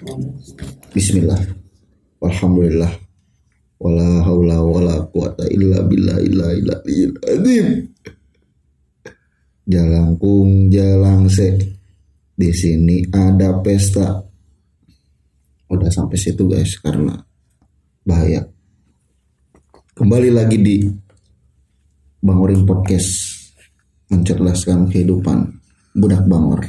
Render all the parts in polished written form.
Bismillah. Alhamdulillah. Wala haula wala quwata illa billahil azim. Jalangkung jalangse. Di sini ada pesta. Udah sampai situ guys karena bahaya. Kembali lagi di Bangoring Podcast, mencerdaskan kehidupan budak Bangor.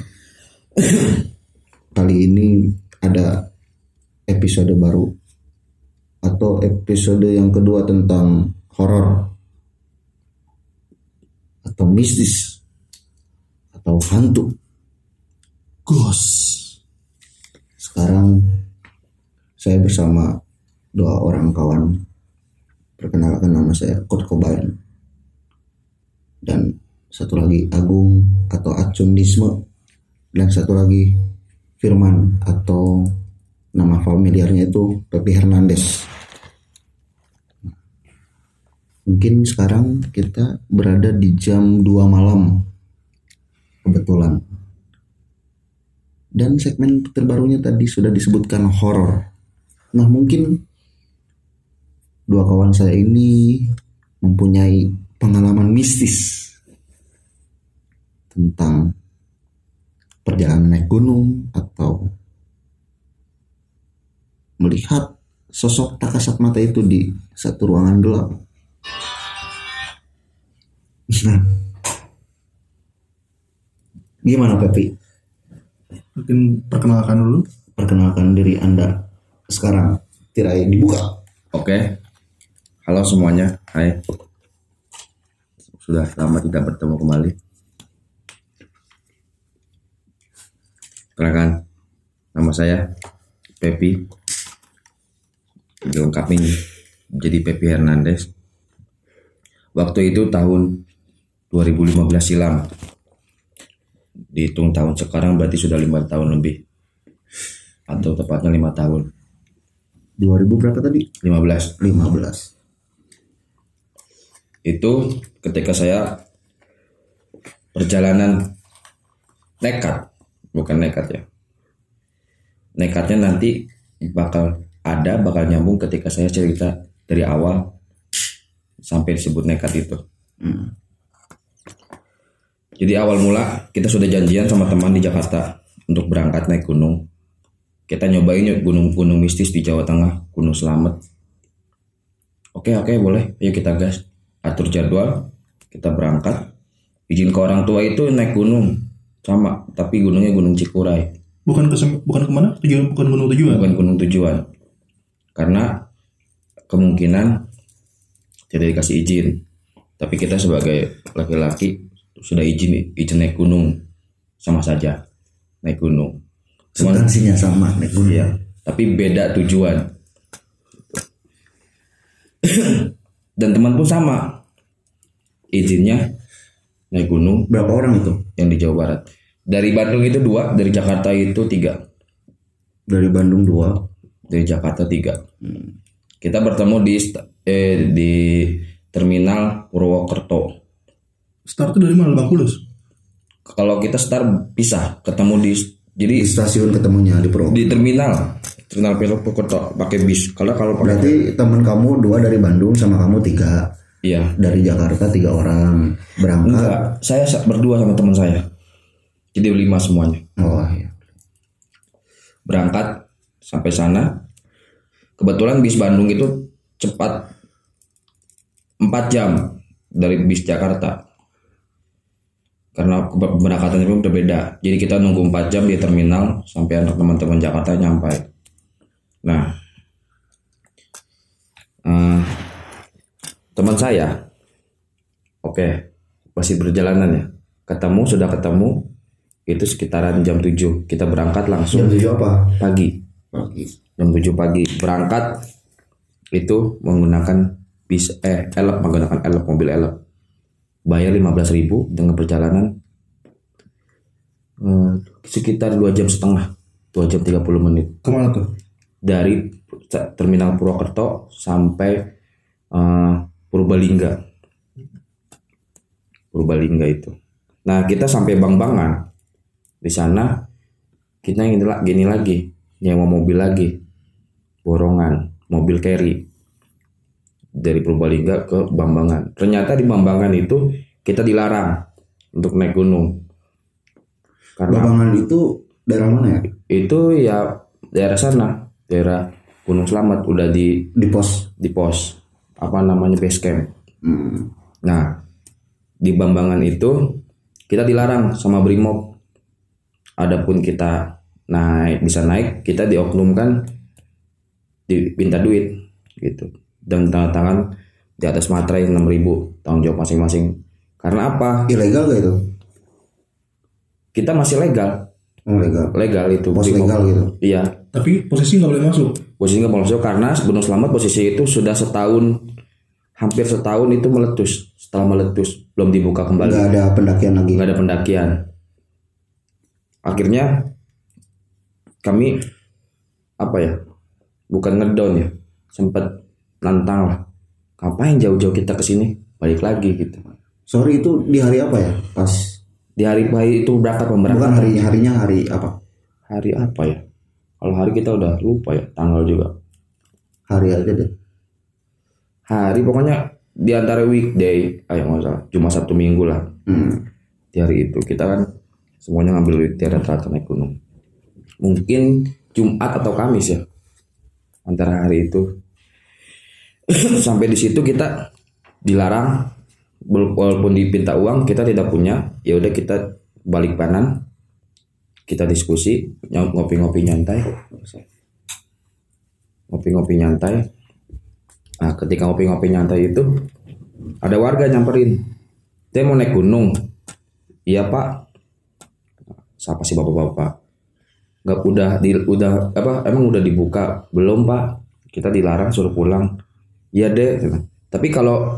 Kali ini ada episode baru atau episode yang kedua tentang horor atau mistis atau hantu, ghost. Sekarang saya bersama dua orang kawan. Perkenalkan, nama saya Kurt Cobain dan satu lagi Agung atau Acun Disme, dan satu lagi Firman atau nama familiarnya itu Pepi Hernandez. Mungkin sekarang kita berada di jam 2 malam kebetulan. Dan segmen terbarunya tadi sudah disebutkan horor. Nah, mungkin dua kawan saya ini mempunyai pengalaman mistis tentang perjalanan naik gunung atau melihat sosok tak kasat mata itu di satu ruangan gelap. Nah, gimana Pepi? Mungkin perkenalkan dulu. Perkenalkan diri Anda sekarang. Tirai dibuka. Oke. Halo semuanya. Hai. Sudah lama tidak bertemu kembali. Perkenalkan, nama saya Pepi. Dilengkapi jadi Pepi Hernandez. Waktu itu tahun 2015 silam. Dihitung tahun sekarang berarti sudah 5 tahun lebih. Atau tepatnya 5 tahun. 2000 berapa tadi? 15. Itu ketika saya perjalanan nekat. Bukan nekat ya. Nekatnya nanti bakal nyambung ketika saya cerita dari awal sampai disebut nekat itu. Jadi awal mula kita sudah janjian sama teman di Jakarta untuk berangkat naik gunung. Kita nyobain yuk gunung-gunung mistis di Jawa Tengah, Gunung Slamet. Oke, boleh. Ayo kita gas. Atur jadwal, kita berangkat. Izin ke orang tua itu naik gunung sama, tapi gunungnya Gunung Cikuray. Bukan kemana? Bukan gunung tujuan. Bukan gunung tujuan. Karena kemungkinan tidak dikasih izin. Tapi kita sebagai laki-laki sudah izin naik gunung, sama saja naik gunung. Substansinya sama naik gunung ya, tapi beda tujuan. Dan teman pun sama, izinnya naik gunung. Berapa orang itu? Yang di Jawa Barat. Dari Bandung itu 2, dari Jakarta itu 3. Dari Bandung 2, dari Jakarta 3. Kita bertemu di terminal Purwokerto. Start itu dari mana? Lebak Bulus? Kalau kita start pisah, ketemu di stasiun ketemunya di Purwokerto. Di terminal Purwokerto pakai bis. Kalau berarti teman kamu 2 dari Bandung sama kamu 3. Iya. Dari Jakarta 3 orang berangkat. Enggak, saya berdua sama teman saya. Jadi 5 semuanya. Oh iya. Berangkat sampai sana. Kebetulan bis Bandung itu cepat 4 jam dari bis Jakarta. Karena keberangkatannya pun berbeda. Jadi kita nunggu 4 jam di terminal sampai anak teman-teman Jakarta nyampe. Nah, teman saya, masih berjalanan ya. Sudah ketemu, itu sekitaran jam 7. Kita berangkat langsung. Jam 7 apa? Pagi. Jam 7 pagi. Berangkat itu menggunakan mobil elep. Bayar 15.000 dengan perjalanan sekitar 2 jam setengah, 2 jam 30 menit. Kemana tuh? Dari terminal Purwokerto sampai Purbalingga itu. Nah, kita sampai Bangbangan. Di sana kita gini lagi, nyewa mobil lagi, borongan, mobil carry dari Purbalingga ke Bambangan. Ternyata di Bambangan itu kita dilarang untuk naik gunung. Karena Bambangan itu daerah mana ya? itu ya daerah sana, daerah Gunung Slamet, udah Di pos. di pos apa namanya base camp. Hmm. Nah, di Bambangan itu kita dilarang sama Brimob. Adapun kita bisa naik, kita dioknumkan diminta duit gitu. Dan tanda tangan di atas materai 6.000, tanggung jawab masing-masing. Karena apa? Ilegal gak itu? Kita masih legal. Oh, legal. Legal itu. Pos Brimob. legal gitu. Iya. Tapi posisi nggak boleh masuk. Posisi nggak boleh masuk karena Gunung Slamet posisi itu sudah hampir setahun itu meletus. Setelah meletus belum dibuka kembali. Nggak ada pendakian lagi. Nggak ada pendakian. Akhirnya kami bukan ngedown ya, sempat nantang lah. Ngapain jauh-jauh kita ke sini? Balik lagi gitu. Sorry, itu di hari apa ya? Pas Di hari itu berangkat pemberangkatan. bukan harinya hari apa? Hari apa ya? Kalau hari kita udah lupa ya, tanggal juga. Hari aja deh. Hari pokoknya di antara weekday, nggak salah, Jumat Sabtu Minggu lah. Di hari itu kita kan semuanya ngambil weekday rata-rata naik gunung. Mungkin Jumat atau Kamis ya, antara hari itu. Sampai di situ kita dilarang, walaupun dipinta uang kita tidak punya. Ya udah kita balik kanan, kita diskusi, ngopi-ngopi nyantai. Nah, ketika ngopi-ngopi nyantai itu ada warga nyamperin, "Teh mau naik gunung?" "Iya Pak." Siapa sih bapak-bapak? Nggak emang udah dibuka? "Belum Pak, kita dilarang, suruh pulang." "Iya deh." Tapi kalau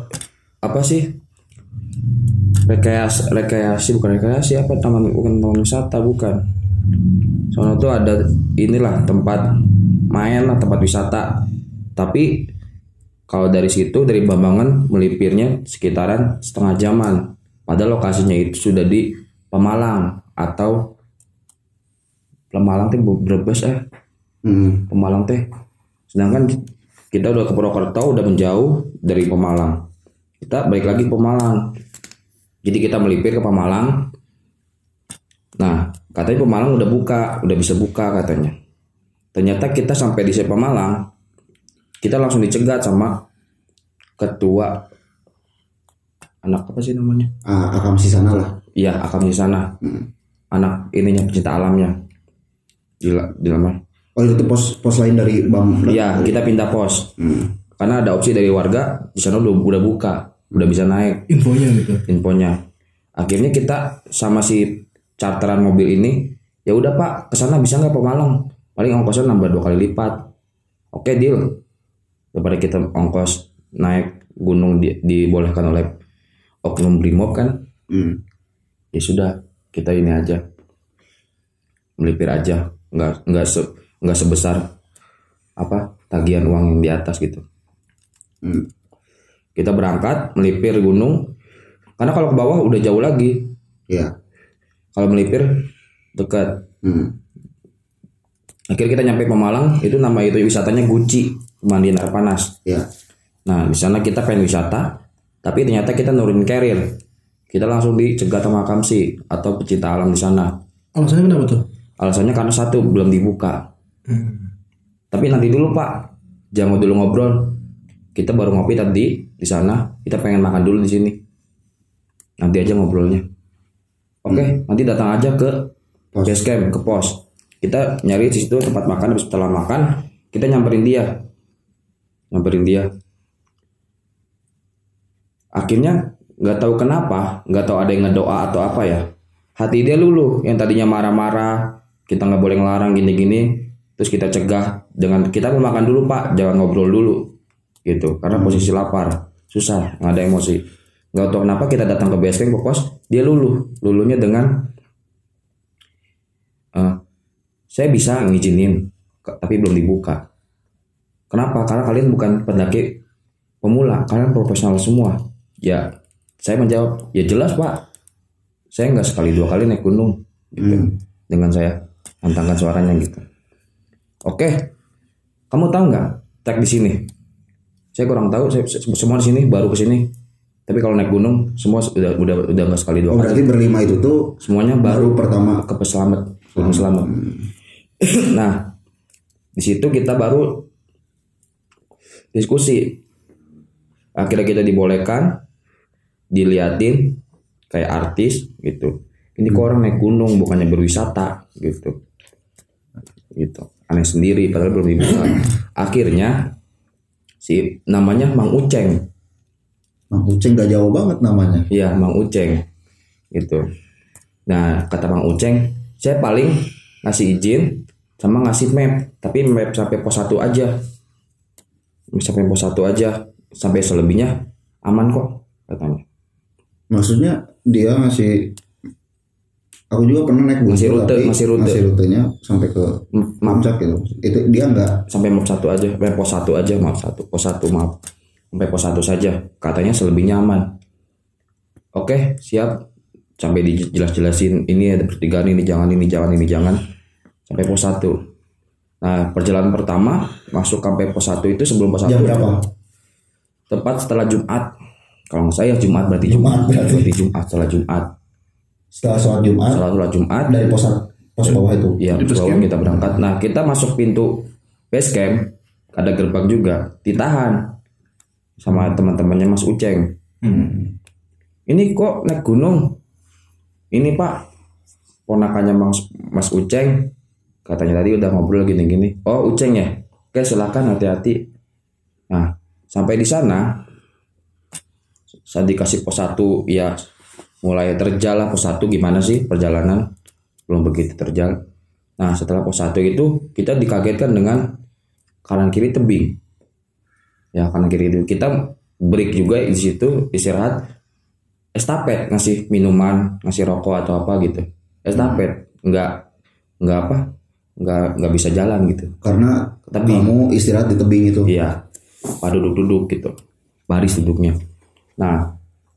rekreasi bukan rekreasi, taman wisata bukan. Soalnya tuh ada tempat main lah, tempat wisata. Tapi kalau dari Bambangan melipirnya sekitaran setengah jaman. Padahal lokasinya itu sudah di Pemalang atau Pemalang teh Brebes Pemalang teh. Sedangkan kita udah ke Purwokerto, udah menjauh dari Pemalang. Kita balik lagi ke Pemalang. Jadi kita melipir ke Pemalang. Nah, katanya Pemalang udah bisa buka katanya. Ternyata kita sampai di Pemalang, kita langsung dicegat sama ketua anak apa sih namanya? Akam di sana lah. Iya, Akam di sana. Anak ininya pecinta alamnya. Di mana? Oh, itu pos lain dari BAM. Iya, kita pindah pos. Karena ada opsi dari warga di sana udah buka, udah bisa naik Infonya gitu. infonya. Akhirnya kita sama si charteran mobil ini, "Ya udah Pak, kesana bisa nggak Pemalang? Paling ongkosnya nambah 2 kali lipat." "Oke, deal." Daripada kita ongkos naik gunung dibolehkan oleh oknum Brimob kan. Ya sudah, kita ini aja, melipir aja, nggak sebesar tagihan uang yang di atas gitu. Kita berangkat melipir gunung, karena kalau ke bawah udah jauh lagi. Iya. Kalau melipir dekat. Akhirnya kita nyampe Pemalang, itu nama itu wisatanya Guci, pemandian air panas. Iya. Nah, di sana kita pengen wisata, tapi ternyata kita nurunin carrier. Kita langsung dicegat sama Kamsi atau pecinta alam di sana. Alasannya kenapa tuh? Alasannya karena satu, belum dibuka. Tapi nanti dulu Pak, jangan dulu ngobrol. Kita baru ngopi tadi di sana, kita pengen makan dulu di sini. Nanti aja ngobrolnya. Oke, nanti datang aja ke base camp, ke pos. Kita nyari di situ tempat makan. Habis setelah makan, kita nyamperin dia. Akhirnya nggak tahu kenapa, nggak tahu ada yang ngedoa atau apa ya. Hati dia luluh, yang tadinya marah-marah, kita nggak boleh ngelarang gini-gini, terus kita cegah dengan kita mau makan dulu Pak, jangan ngobrol dulu, gitu. Karena posisi lapar, susah, nggak ada emosi. Nggak tahu kenapa kita datang ke base camp, ke pos, dia luluhnya dengan saya bisa ngizinin, tapi belum dibuka. Kenapa? Karena kalian bukan pendaki pemula, kalian profesional semua. Ya, saya menjawab, ya jelas Pak, saya nggak sekali 2 kali naik gunung, gitu. Dengan saya antangkan suaranya gitu. Oke, kamu tahu nggak trek di sini? Saya kurang tahu. Saya semua di sini baru ke sini. Tapi kalau naik gunung semua udah nggak sekali dua Oh, kali. berarti berlima itu tuh Semuanya baru pertama. ke Peselamet, Gunung Selamet. Nah, di situ kita baru diskusi. Akhirnya kita dibolehkan, diliatin kayak artis gitu. Ini kok orang naik gunung bukannya berwisata gitu. Gitu. Aneh sendiri padahal belum dibuka. Akhirnya si namanya Mang Uceng. Mang Uceng gak jauh banget namanya. Iya, Mang Uceng gitu. Nah, kata Mang Uceng, saya paling ngasih izin sama ngasih map, tapi map sampai pos 1 aja. Sampai pos 1 aja, sampai selebihnya aman kok katanya. Maksudnya dia ngasih, aku juga pernah naik gunung, Ngasih rutenya sampai ke puncak gitu. Itu dia nggak Sampai map 1 aja, pos 1 aja, maaf 1, pos 1 maaf. Sampai pos 1 saja, katanya selebihnya aman. Oke, siap. Sampai dijelas-jelasin ini ada pertigaan, ini jangan, sampai pos 1. Nah, perjalanan pertama masuk sampai pos 1 itu sebelum pos 1. jam berapa? Tepat setelah Jumat. Kalau nggak saya Jumat berarti Jumat setelah Jumat. Setelah sholat Jumat. Setelah Jumat Dari pos bawah itu. Iya, pos bawah kita berangkat. Nah, kita masuk pintu base camp, ada gerbang juga, ditahan sama teman-temannya Mas Uceng. Ini kok naik gunung? Ini Pak, ponakannya Mas Uceng, katanya tadi udah ngobrol gini-gini. Oh Uceng ya? Oke silakan, hati-hati. Nah sampai di sana, saya dikasih pos 1 ya, mulai terjal lah pos 1 gimana sih perjalanan, belum begitu terjal. Nah setelah pos 1 itu kita dikagetkan dengan kanan kiri tebing. Ya kanan kiri itu kita break juga di situ, istirahat, estafet, ngasih minuman, ngasih rokok atau apa gitu. Estafet, nggak bisa jalan gitu. Karena Tebing. kamu istirahat di tebing itu. Iya, duduk gitu, baris duduknya. Nah,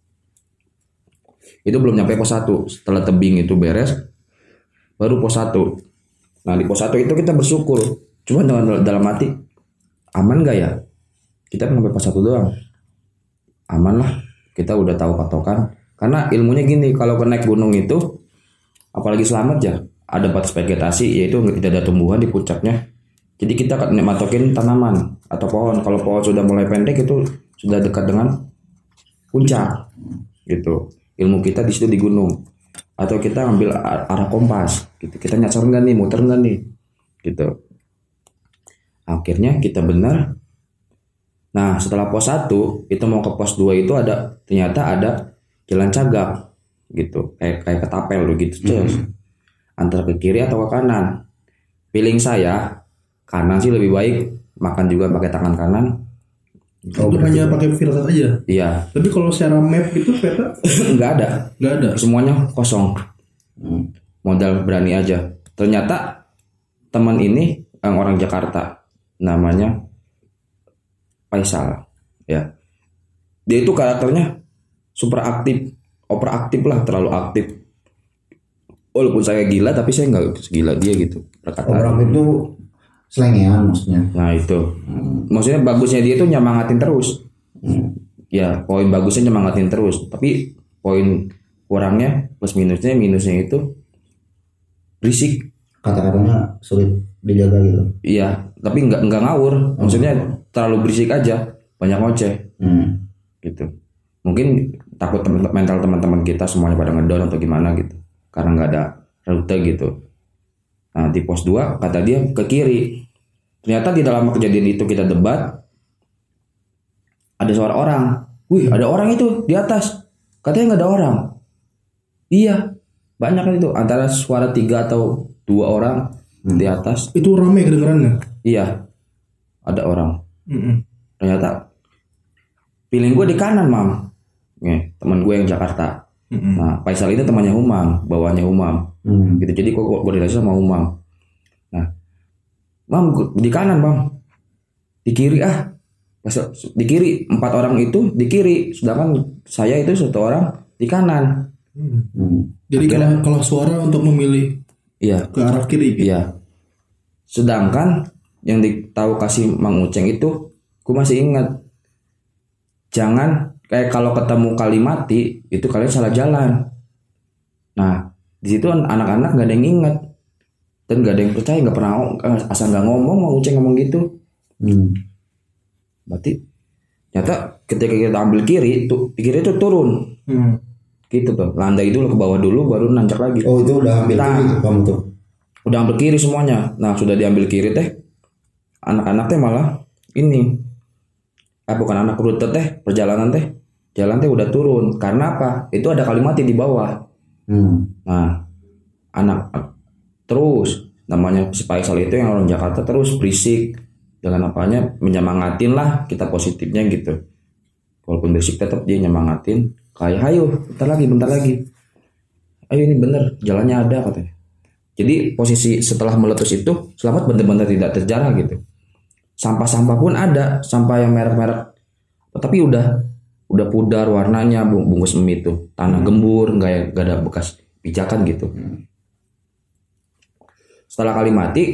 itu belum nyampe pos 1. Setelah tebing itu beres, baru pos 1. Nah di pos 1 itu kita bersyukur. Cuma dengan dalam hati, aman gak ya? Kita sampai pos 1 doang. Aman lah, kita udah tahu patokan. Karena ilmunya gini, kalau naik gunung itu, apalagi selamat ya, ada batas vegetasi, yaitu tidak ada tumbuhan di puncaknya. Jadi kita matokin tanaman atau pohon. Kalau pohon sudah mulai pendek itu sudah dekat dengan puncak, gitu. Ilmu kita di situ di gunung. Atau kita ambil arah kompas, gitu. Kita nyasar nggak nih, muter nggak nih, gitu. Akhirnya kita benar. Nah setelah pos 1 itu mau ke pos 2 itu ternyata ada jalan cagak gitu, kayak ketapel gitu, antara ke kiri atau ke kanan. Feeling saya kanan sih lebih baik, makan juga pakai tangan kanan. Itu hanya pakai firasat aja. Iya. Tapi kalau secara map itu peta nggak ada, semuanya kosong. Modal berani aja. Ternyata teman ini orang Jakarta, namanya Faisal, ya. Dia itu karakternya super aktif, overaktif lah, terlalu aktif. Walaupun saya gila, tapi saya nggak segila dia gitu. Overaktif itu selengean maksudnya. Nah itu, maksudnya bagusnya dia itu nyemangatin terus. Ya, poin bagusnya nyemangatin terus. Tapi poin kurangnya, minusnya itu berisik. Kata-katanya sulit dijaga gitu. Iya, tapi nggak ngawur. Maksudnya terlalu berisik aja, banyak ngoceh. Gitu. Mungkin takut mental teman-teman kita semuanya pada ngedown atau gimana gitu, karena nggak ada rute gitu. Nah di pos 2 kata dia ke kiri. Ternyata di dalam kejadian itu kita debat, ada suara orang. Wih ada orang itu di atas, katanya nggak ada orang. Iya banyak kan itu, antara suara 3 atau 2 orang di atas. itu ramai kedengarannya. Iya ada orang. Ternyata feeling gue di kanan mam. Teman gue yang Jakarta. Nah Faisal ini temannya Umam, bawahnya Umam. Gitu. Jadi kok gue relasi sama Umam. Nah mam di kanan mam, di kiri di kiri. 4 orang itu di kiri, sedangkan saya itu 1 orang di kanan. Jadi kalau suara untuk memilih iya ke arah kiri gitu. iya. Sedangkan yang tahu kasih Mang Uceng itu, gue masih ingat. Jangan kayak kalau ketemu kali mati itu kalian salah jalan. Nah di situ anak-anak nggak ada yang ingat dan nggak ada yang percaya, nggak pernah asal nggak ngomong Mang Uceng ngomong gitu. Berarti ternyata ketika kita ambil kiri tuh kiri itu turun. Gitu tuh, landai dulu ke bawah dulu baru nanjak lagi. Oh itu udah ambil kiri tuh kamu tuh. Udah ambil kiri semuanya. Nah sudah diambil kiri teh, anak-anak teh malah ini, bukan anak rute teh, perjalanan teh, jalan teh udah turun. Karena apa? Itu ada kali mati di bawah. Nah anak terus namanya si Faisal itu yang orang Jakarta terus berisik, jangan apanya menyemangatin lah kita positifnya gitu. Walaupun berisik tetap dia nyemangatin. Kayak ayo bentar lagi ayo ini bener jalannya ada katanya. Jadi posisi setelah meletus itu Selamat benar-benar tidak terjarah gitu. Sampah-sampah pun ada, sampah yang merek-merek tapi udah pudar warnanya, bungkus mie itu tanah gembur, nggak ada bekas pijakan gitu. Setelah kali mati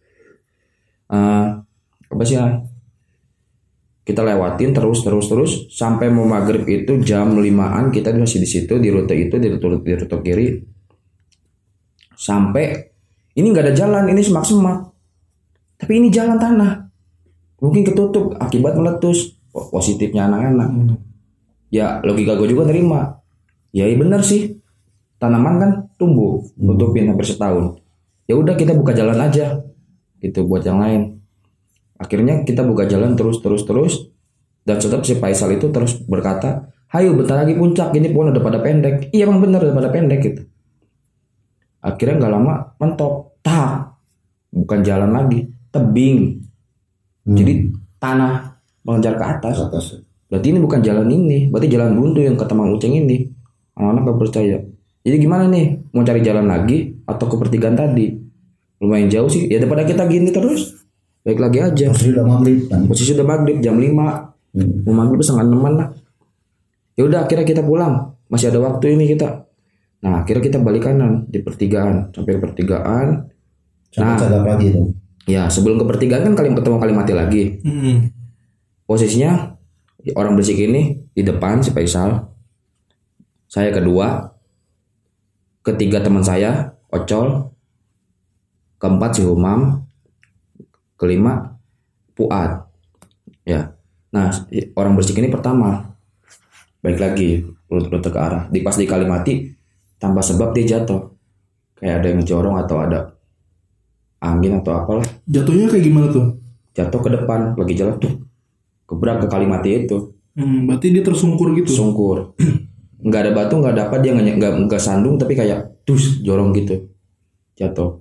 apa sih ya, kita lewatin terus sampai mau maghrib itu jam 5-an kita masih di situ di rute itu di rute kiri. Sampai ini nggak ada jalan, ini semak-semak. Tapi ini jalan tanah. Mungkin ketutup akibat meletus. Positifnya anak-anak. Ya logika gue juga nerima. Ya benar sih. Tanaman kan tumbuh, tutupin hampir setahun. Ya udah kita buka jalan aja. Gitu buat yang lain. Akhirnya kita buka jalan terus dan tetap si Faisal itu terus berkata, "Hayo bentar lagi puncak, ini pohon udah pada pendek." Iya emang bener udah pada pendek gitu. Akhirnya nggak lama mentok, bukan jalan lagi, tebing. Jadi tanah mengejar ke atas. Berarti ini bukan jalan ini, berarti jalan buntu yang kata Mang Uceng ini. Anak-anak gak percaya. Jadi gimana nih, mau cari jalan lagi atau ke pertigaan tadi? Lumayan jauh sih, ya daripada kita gini terus. Baik lagi aja. Posisi udah maghrib jam 5. Mau maghrib setengah 6 lah. Ya udah akhirnya kita pulang. Masih ada waktu ini kita. Nah akhirnya kita balik kanan di pertigaan. Sampai ke pertigaan. Lagi tuh. Ya sebelum ke pertigaan kan ketemu kali mati lagi. Posisinya orang berisik ini di depan si Faisal. Saya kedua. Ketiga teman saya Ocol. Keempat si Humam. Kelima Puat. Ya. Nah orang berisik ini pertama. Balik lagi rute ke arah. Pas di Kalimati tanpa sebab dia jatuh. Kayak ada yang ngejorong atau ada angin atau apalah. Jatuhnya kayak gimana tuh? Jatuh ke depan lagi jalan tuh. Kebrak ke Kalimati itu. Berarti dia tersungkur gitu. Sungkur. Nggak ada batu, nggak ada apa, dia nggak sandung tapi kayak jorong gitu. Jatuh.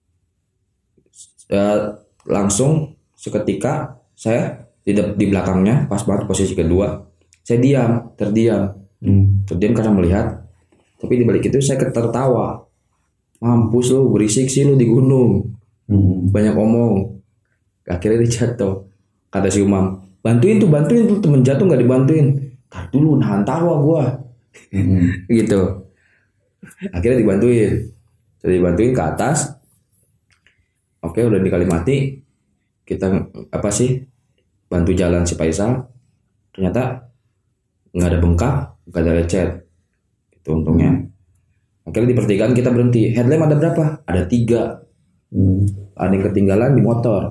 Langsung seketika saya di belakangnya pas banget posisi kedua. Saya terdiam karena melihat. Tapi di balik itu saya tertawa. Mampus lu, berisik sih lu di gunung. Banyak omong. Akhirnya dia jatuh. Kata si Umam, bantuin tuh temen jatuh nggak dibantuin. Tar dulu nahan tawa gua. Gitu. Akhirnya dibantuin ke atas. Oke udah di Kalimati. Kita bantu jalan si Faisal. Ternyata nggak ada bengkak, nggak ada lecet. Itu untungnya. Akhirnya di pertigaan kita berhenti. Headlamp ada berapa? Ada 3. Ada yang ketinggalan di motor.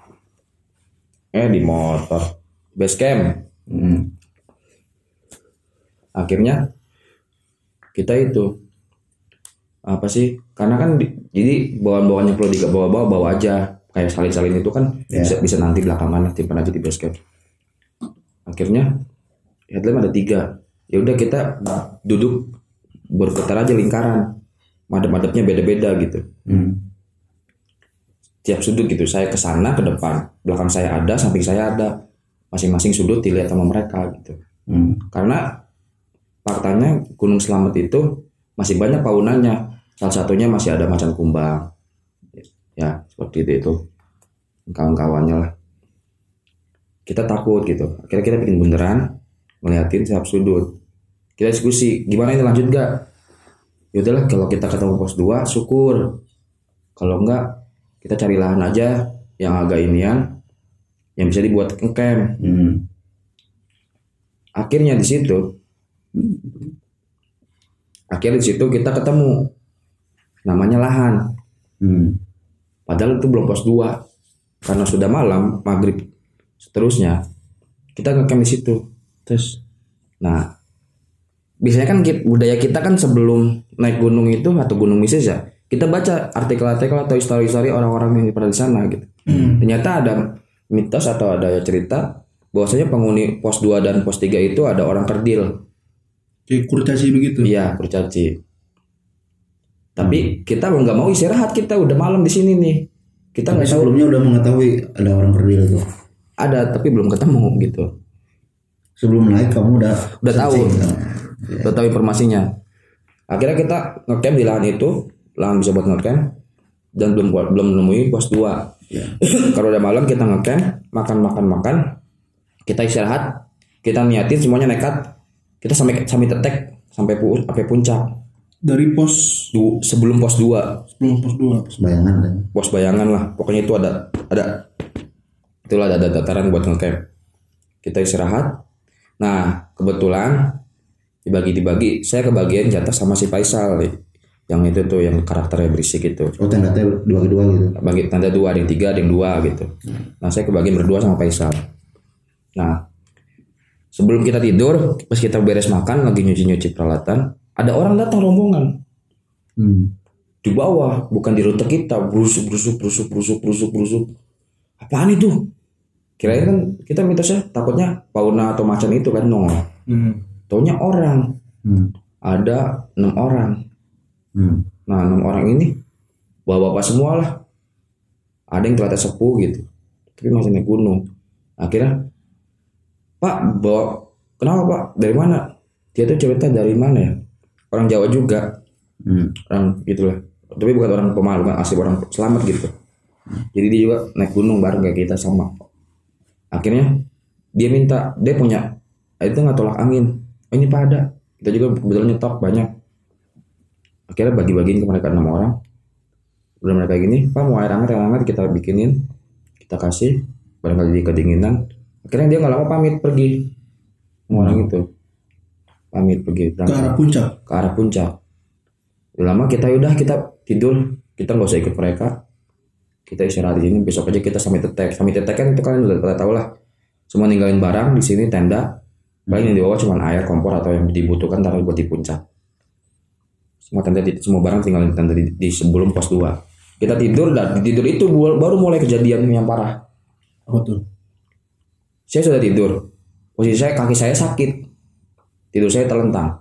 Di motor. Base camp. Akhirnya kita itu karena kan jadi bawaan-bawaannya perlu bawa aja. Kayak salin-salin itu kan bisa nanti belakangan timpan aja di base camp. Akhirnya headlamp ada 3. Ya udah kita duduk berputar aja lingkaran. Madep-madepnya beda-beda gitu. Tiap sudut gitu. Saya ke sana ke depan, belakang saya ada, samping saya ada. Masing-masing sudut dilihat sama mereka gitu. Karena faktanya Gunung Slamet itu masih banyak faunanya. Salah satunya masih ada macan kumbang. Ya, seperti itu. Kawan-kawannya lah. Kita takut gitu. Akhirnya kita bikin beneran ngeliatin setiap sudut. Kita diskusi, gimana ini lanjut gak? Yaudahlah kalau kita ketemu pos 2 syukur. Kalau enggak kita cari lahan aja yang agak inian, yang bisa dibuat ngecamp. Akhirnya di situ kita ketemu namanya lahan. Padahal itu belum pos 2 karena sudah malam maghrib. Seterusnya kita ngecamp di situ. Terus, nah biasanya kan budaya kita kan sebelum naik gunung itu atau gunung mistis ya, kita baca artikel-artikel atau histori-histori orang-orang yang pernah di sana gitu. Ternyata ada mitos atau ada cerita bahwasanya penghuni pos 2 dan pos 3 itu ada orang kerdil. Kayak kurcaci begitu. Iya, kurcaci. Tapi kita nggak mau istirahat, kita udah malam di sini nih. Kita nggak tahu. Sebelumnya udah mengetahui ada orang kerdil itu. Ada, tapi belum ketemu gitu. Sebelum naik kamu udah tahu. Udah tahu informasinya. Akhirnya kita ngecamp di lahan itu, lahan bisa buat ngecamp, dan belum menemui pos 2. Kalau udah malam kita ngecamp, makan, kita istirahat, kita niatin semuanya nekat, kita sampai tetek sampai puncak. Dari pos Sebelum pos 2. Sebelum pos 2. bayangan kan. Pos bayangan lah. Pokoknya itu ada itulah ada dataran buat ngecamp. Kita istirahat. Nah, kebetulan dibagi. Saya kebagian jatah sama si Faisal. Yang itu tuh yang karakternya berisik itu. Oh, tenda-tenda 2 gitu. Bagi tanda 2, ada yang 3, ada yang 2 gitu. Nah, saya kebagian berdua sama Faisal. Nah, sebelum kita tidur, pas kita beres makan lagi nyuci peralatan, ada orang datang rombongan di bawah, bukan di rute kita, brusuk. Apaan itu? Kirain kan kita mitosnya takutnya fauna atau macan itu kan nongol. Taunya orang. Ada 6 orang. Nah 6 orang ini bapak-bapak semua lah. Ada yang ternyata sepuh gitu, tapi masih naik gunung. Akhirnya, Pak, kenapa Pak? Dari mana? Dia tuh cerita dari mana ya? Orang Jawa juga, orang gitulah. Tapi bukan orang pemalu, bukan asli orang selamat gitu. Jadi dia juga naik gunung bareng kayak kita sama. Akhirnya dia punya itu nggak tolak angin. Oh, ini Pak ada. Kita juga kebetulan nyetok banyak. Akhirnya bagi-bagiin ke mereka 6 orang. Udah mereka gini, Pak mau air hangat kita bikinin, kita kasih. Barangkali kedinginan. Akhirnya dia nggak lama pamit pergi. Orang itu pamit pergi berangkat ke arah puncak. Udah lama kita tidur, kita nggak usah ikut mereka, kita istirahat di sini. Besok aja kita sampai tetek kan itu kalian udah pada tahu lah. Semua ninggalin barang di sini, tenda, paling yang dibawa cuma air, kompor atau yang dibutuhkan taruh buat di puncak. Semua barang tinggalin tenda di sebelum pos 2. Kita tidur, dan tidur itu baru mulai kejadian yang parah. Apa tuh? Saya sudah tidur, posisi kaki saya sakit. Tidur saya terlentang.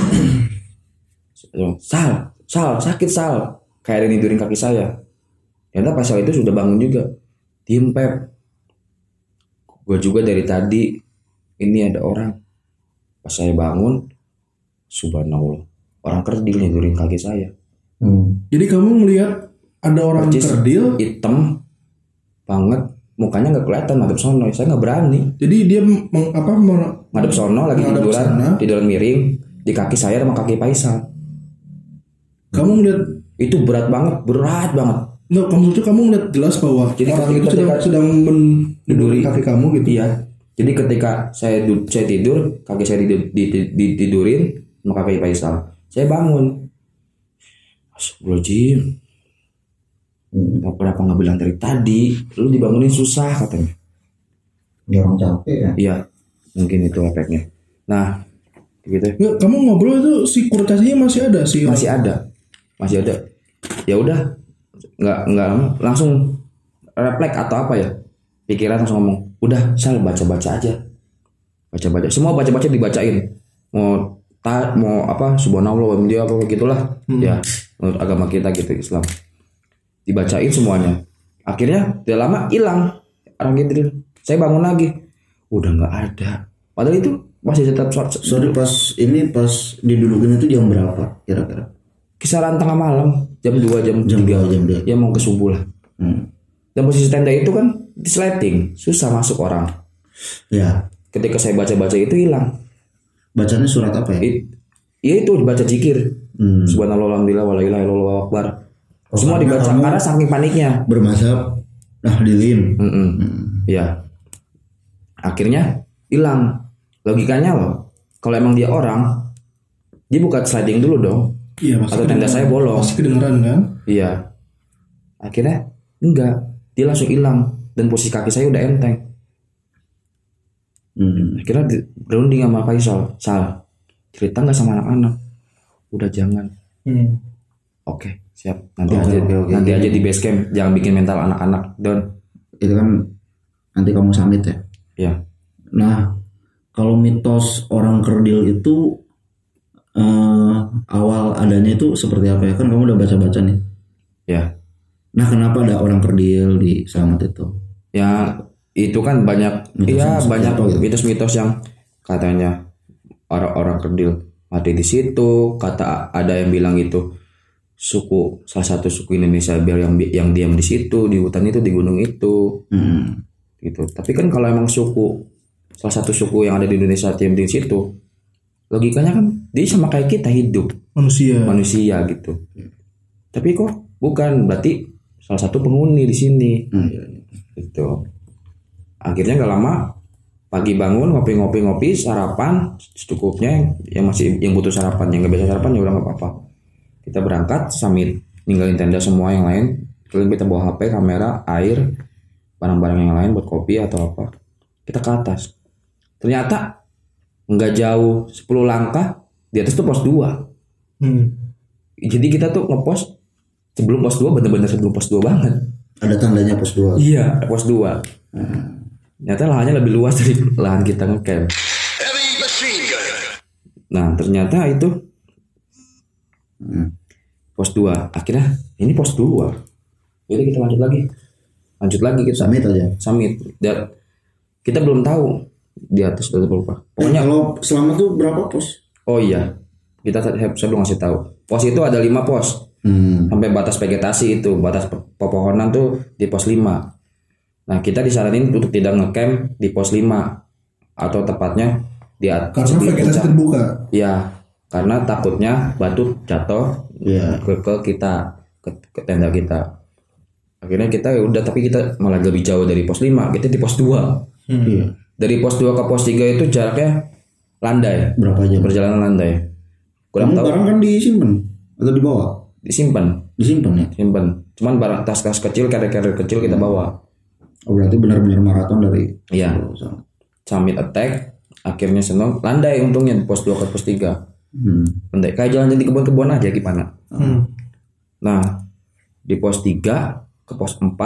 Sal, sakit Sal. Kayak ada nidurin kaki saya. Ternyata pas Sal itu sudah bangun juga. Diem Pep. Gue juga dari tadi. Ini ada orang. Pas saya bangun, subhanallah, orang kerdil nidurin kaki saya. Jadi kamu melihat ada orang kerdil hitam banget. Mukanya nggak kelihatan, madep sono. Saya nggak berani. Jadi dia madep sono lagi tiduran miring di kaki saya sama kaki Faisal. Kamu ngeliat itu berat banget. Nggak, kamu ngeliat jelas bahwa jadi orang itu sedang menduduri kaki kamu gitu. Iya. Jadi ketika saya tidur, kaki saya ditidurin sama kaki Faisal. Saya bangun. Astagfirullahaladzim. Kenapa nggak bilang dari tadi? Lu dibangunin susah katanya. Dia orang capek ya? Iya, mungkin itu efeknya. Nah, gitu. Nggak, kamu ngobrol itu si kurcacinya masih ada sih? Masih ada. Ya udah, nggak langsung refleks atau apa ya? Pikiran langsung ngomong, udah Sal baca aja. Semua baca dibacain. Mau apa? Subhanallah, dia apa gitulah. Ya, menurut agama kita gitu, Islam. Dibacain semuanya. Akhirnya tidak lama hilang orang kerdil. Saya bangun lagi, udah nggak ada. Padahal itu masih tetap Sorry, pas didudukin itu jam berapa kira-kira? Kisaran tengah malam, jam 2, jam 3. Ya mau ke subuh lah. Dan posisi tenda itu kan disleting, susah masuk orang. Ya. Ketika saya baca itu hilang. Bacanya surat apa ya? Iya itu baca zikir. Subhanallah, alhamdulillah, wala ilaha illallah, akbar. Semua dibaca karena saking paniknya. Bermazhab Nah, dilin. Iya. Akhirnya hilang. Logikanya loh, kalau emang dia orang, dia buka sliding dulu dong. Iya, pasti Atau tenda saya bolong. Pasti kedengeran kan? Iya. Akhirnya enggak, dia langsung hilang dan posisi kaki saya udah enteng. Akhirnya berunding sama Faisal, Sal, cerita nggak sama anak-anak? Udah jangan. Oke, siap. Nanti aja di base camp, jangan bikin mental anak-anak down. Itu kan nanti kamu summit ya. Iya. Nah, kalau mitos orang kerdil itu awal adanya itu seperti apa ya? Kan kamu udah baca-baca nih. Ya. Nah, kenapa ada orang kerdil di Slamet itu? Ya, itu kan banyak banyak mitos-mitos yang katanya orang-orang kerdil mati di situ. Kata ada yang bilang itu salah satu suku Indonesia yang diam di situ, di hutan itu, di gunung itu. Gitu. Tapi kan kalau emang salah satu suku yang ada di Indonesia diam di situ, logikanya kan dia sama kayak kita hidup manusia gitu. Tapi kok bukan, berarti salah satu penghuni di sini. Gitu. Akhirnya nggak lama pagi bangun ngopi sarapan secukupnya, yang butuh sarapan, yang nggak bisa sarapan ya udah nggak apa-apa. Kita berangkat summit, ninggalin tenda semua yang lain, kita bawa HP, kamera, air, barang-barang yang lain buat kopi atau apa. Kita ke atas. Ternyata nggak jauh 10 langkah di atas tuh pos 2. Jadi kita tuh ngepost sebelum pos 2, bener-bener sebelum pos 2 banget. Ada tandanya pos 2. Iya, pos 2. Ternyata lahannya lebih luas dari lahan kita ngecamp. Nah, ternyata itu pos 2. Akhirnya ini pos 2. Jadi kita lanjut lagi kita Summit aja. Dan kita belum tahu di atas udah berapa. Pokoknya kalau selama tuh berapa pos? Oh iya, saya belum ngasih tahu. Pos itu ada 5 pos. Sampai batas vegetasi itu, batas pepohonan tuh di pos 5. Nah, kita disaranin untuk tidak ngecamp di pos 5 atau tepatnya di atas. Karena vegetasi terbuka. Iya, karena takutnya batu jatuh ke kita, ke tenda kita. Akhirnya kita ya udah, tapi kita malah lebih jauh dari pos 5, kita di pos 2. Dari pos 2 ke pos 3 itu jaraknya landai. Berapa jam? Perjalanan landai. Kurang tahu. Barang kan disimpan atau dibawa? Disimpan ya. Cuman barang tas kecil, carrier kecil kita bawa. Oh, berarti benar-benar maraton dari. Iya. Summit attack, akhirnya senang landai untungnya di pos 2 ke pos 3. Landai kayak jalan di kebun-kebun aja gimana. Nah, di pos 3 ke pos 4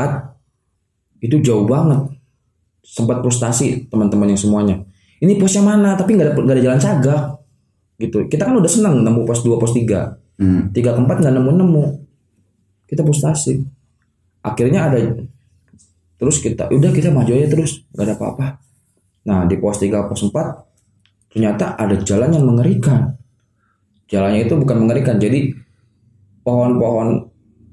itu jauh banget. Sempat frustasi teman-teman yang semuanya. Ini posnya mana? Tapi nggak ada jalan cagak. Gitu. Kita kan udah senang nemu pos 2, pos 3. 3 ke 4 nggak nemu. Kita frustasi. Akhirnya ada. Terus kita maju aja terus, nggak ada apa-apa. Nah, di pos 3, pos 4 ternyata ada jalan yang mengerikan. Jalannya itu bukan mengerikan, jadi pohon-pohon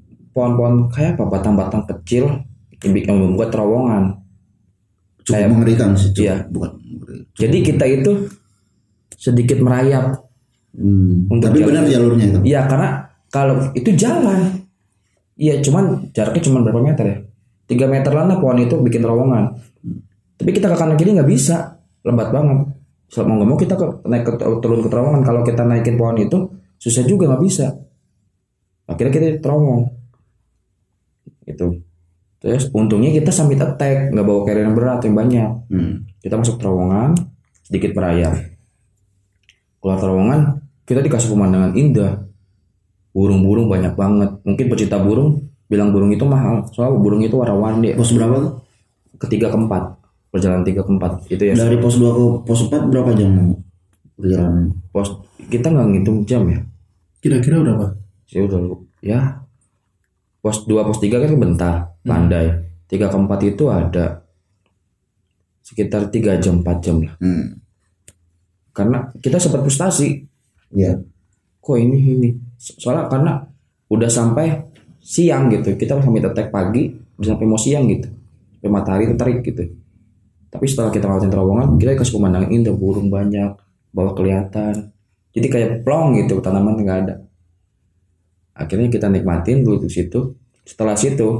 kayak apa, batang-batang kecil yang membuat terowongan. Cukup kayak mengerikan sih. Iya. Jadi kita itu sedikit merayap. Tapi benar jalurnya itu. Iya, karena kalau itu jalan, iya cuman jaraknya cuma berapa meter ya? 3 meter lah pohon itu bikin terowongan. Tapi kita ke kanan kiri nggak bisa, lebat banget. Mau nggak mau kita turun ke terowongan. Kalau kita naikin pohon itu susah juga, nggak bisa. Akhirnya kita terowong. Itu. Terus untungnya kita summit attack, nggak bawa carrier yang berat yang banyak. Kita masuk terowongan, sedikit merayap. Keluar terowongan, kita dikasih pemandangan indah. Burung-burung banyak banget. Mungkin pecinta burung bilang burung itu mahal, soalnya burung itu warna-warni. Pos berapa tuh? Ke-3 ke-4. Perjalanan 3 ke 4 itu ya. Dari pos 2 ke pos 4 berapa jam perjalanan? Kita nggak ngitung jam ya. Kira-kira berapa? Ya udah ya. Pos 2 pos 3 kan bentar, landai. 3 ke 4 itu ada sekitar 3 jam 4 jam lah. Karena kita sempat frustasi. Iya. Kok ini? Soalnya karena udah sampai siang gitu. Kita sampai attack pagi, bisa sampai mau siang gitu. Sampai matahari terik gitu. Tapi setelah kita ngeliatin terowongan, kita kasih pemandangan indah, burung banyak, bawah kelihatan. Jadi kayak plong gitu, tanaman nggak ada. Akhirnya kita nikmatin dulu di situ. Setelah situ,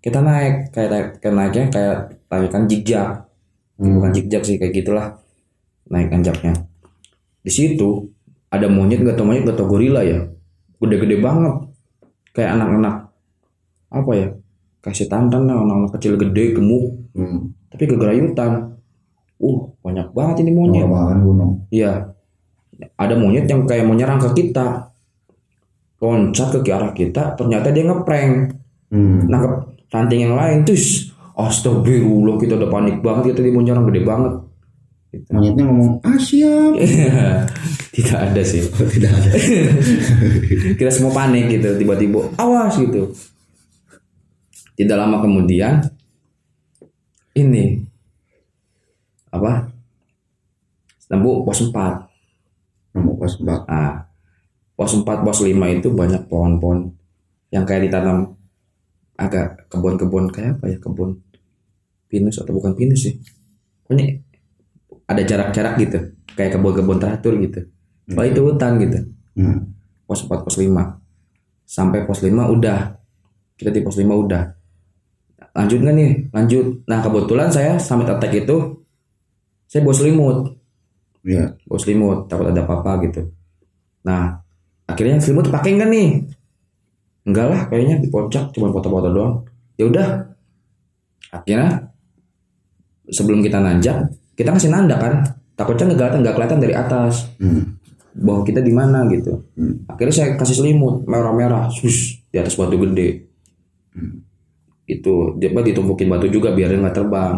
Kita naik kayak naiknya kayak tarikan zigzag. Bukan zigzag sih, kayak gitulah naik nanjaknya. Di situ ada monyet gak tau gorila ya, gede-gede banget kayak anak-anak apa ya, kasih tantan lah, anak-anak kecil gede gemuk, tapi kegerayutan. Banyak banget ini monyet. Gunung. Iya, ada monyet yang kayak mau nyerang ke kita, loncat ke arah kita, ternyata dia ngeprank, nangkep ranting yang lain. Terus astagfirullah, kita udah panik banget, kita dia mau nyerang gede banget. Gitu. Monyetnya ngomong siap. Tidak ada sih. Tidak ada. Kita semua panik gitu, tiba-tiba awas gitu. Tidak lama kemudian ini apa? Nemu pos 4. Nah, pos 4, pos 5 itu banyak pohon-pohon yang kayak ditanam agak kebun-kebun kayak apa ya, kebun pinus atau bukan pinus sih. Pokoknya ada jarak-jarak gitu, kayak kebun-kebun teratur gitu. Itu hutan gitu. Pos 4, pos 5. Sampai pos 5 udah. Kita di pos 5 udah. Lanjut nggak nih? Lanjut. Nah, kebetulan saya summit attack itu saya bawa selimut. Iya. Bawa selimut, takut ada apa-apa gitu. Nah, akhirnya selimut pakai nggak nih? Enggak lah, kayaknya di puncak cuma foto-foto doang. Ya udah. Akhirnya sebelum kita nanjak, kita kasih nanda kan. Takutnya nggak kelihatan dari atas. Bahwa kita di mana gitu. Akhirnya saya kasih selimut merah-merah, di atas batu gede. Itu dia ditumpukin batu juga biar nggak terbang.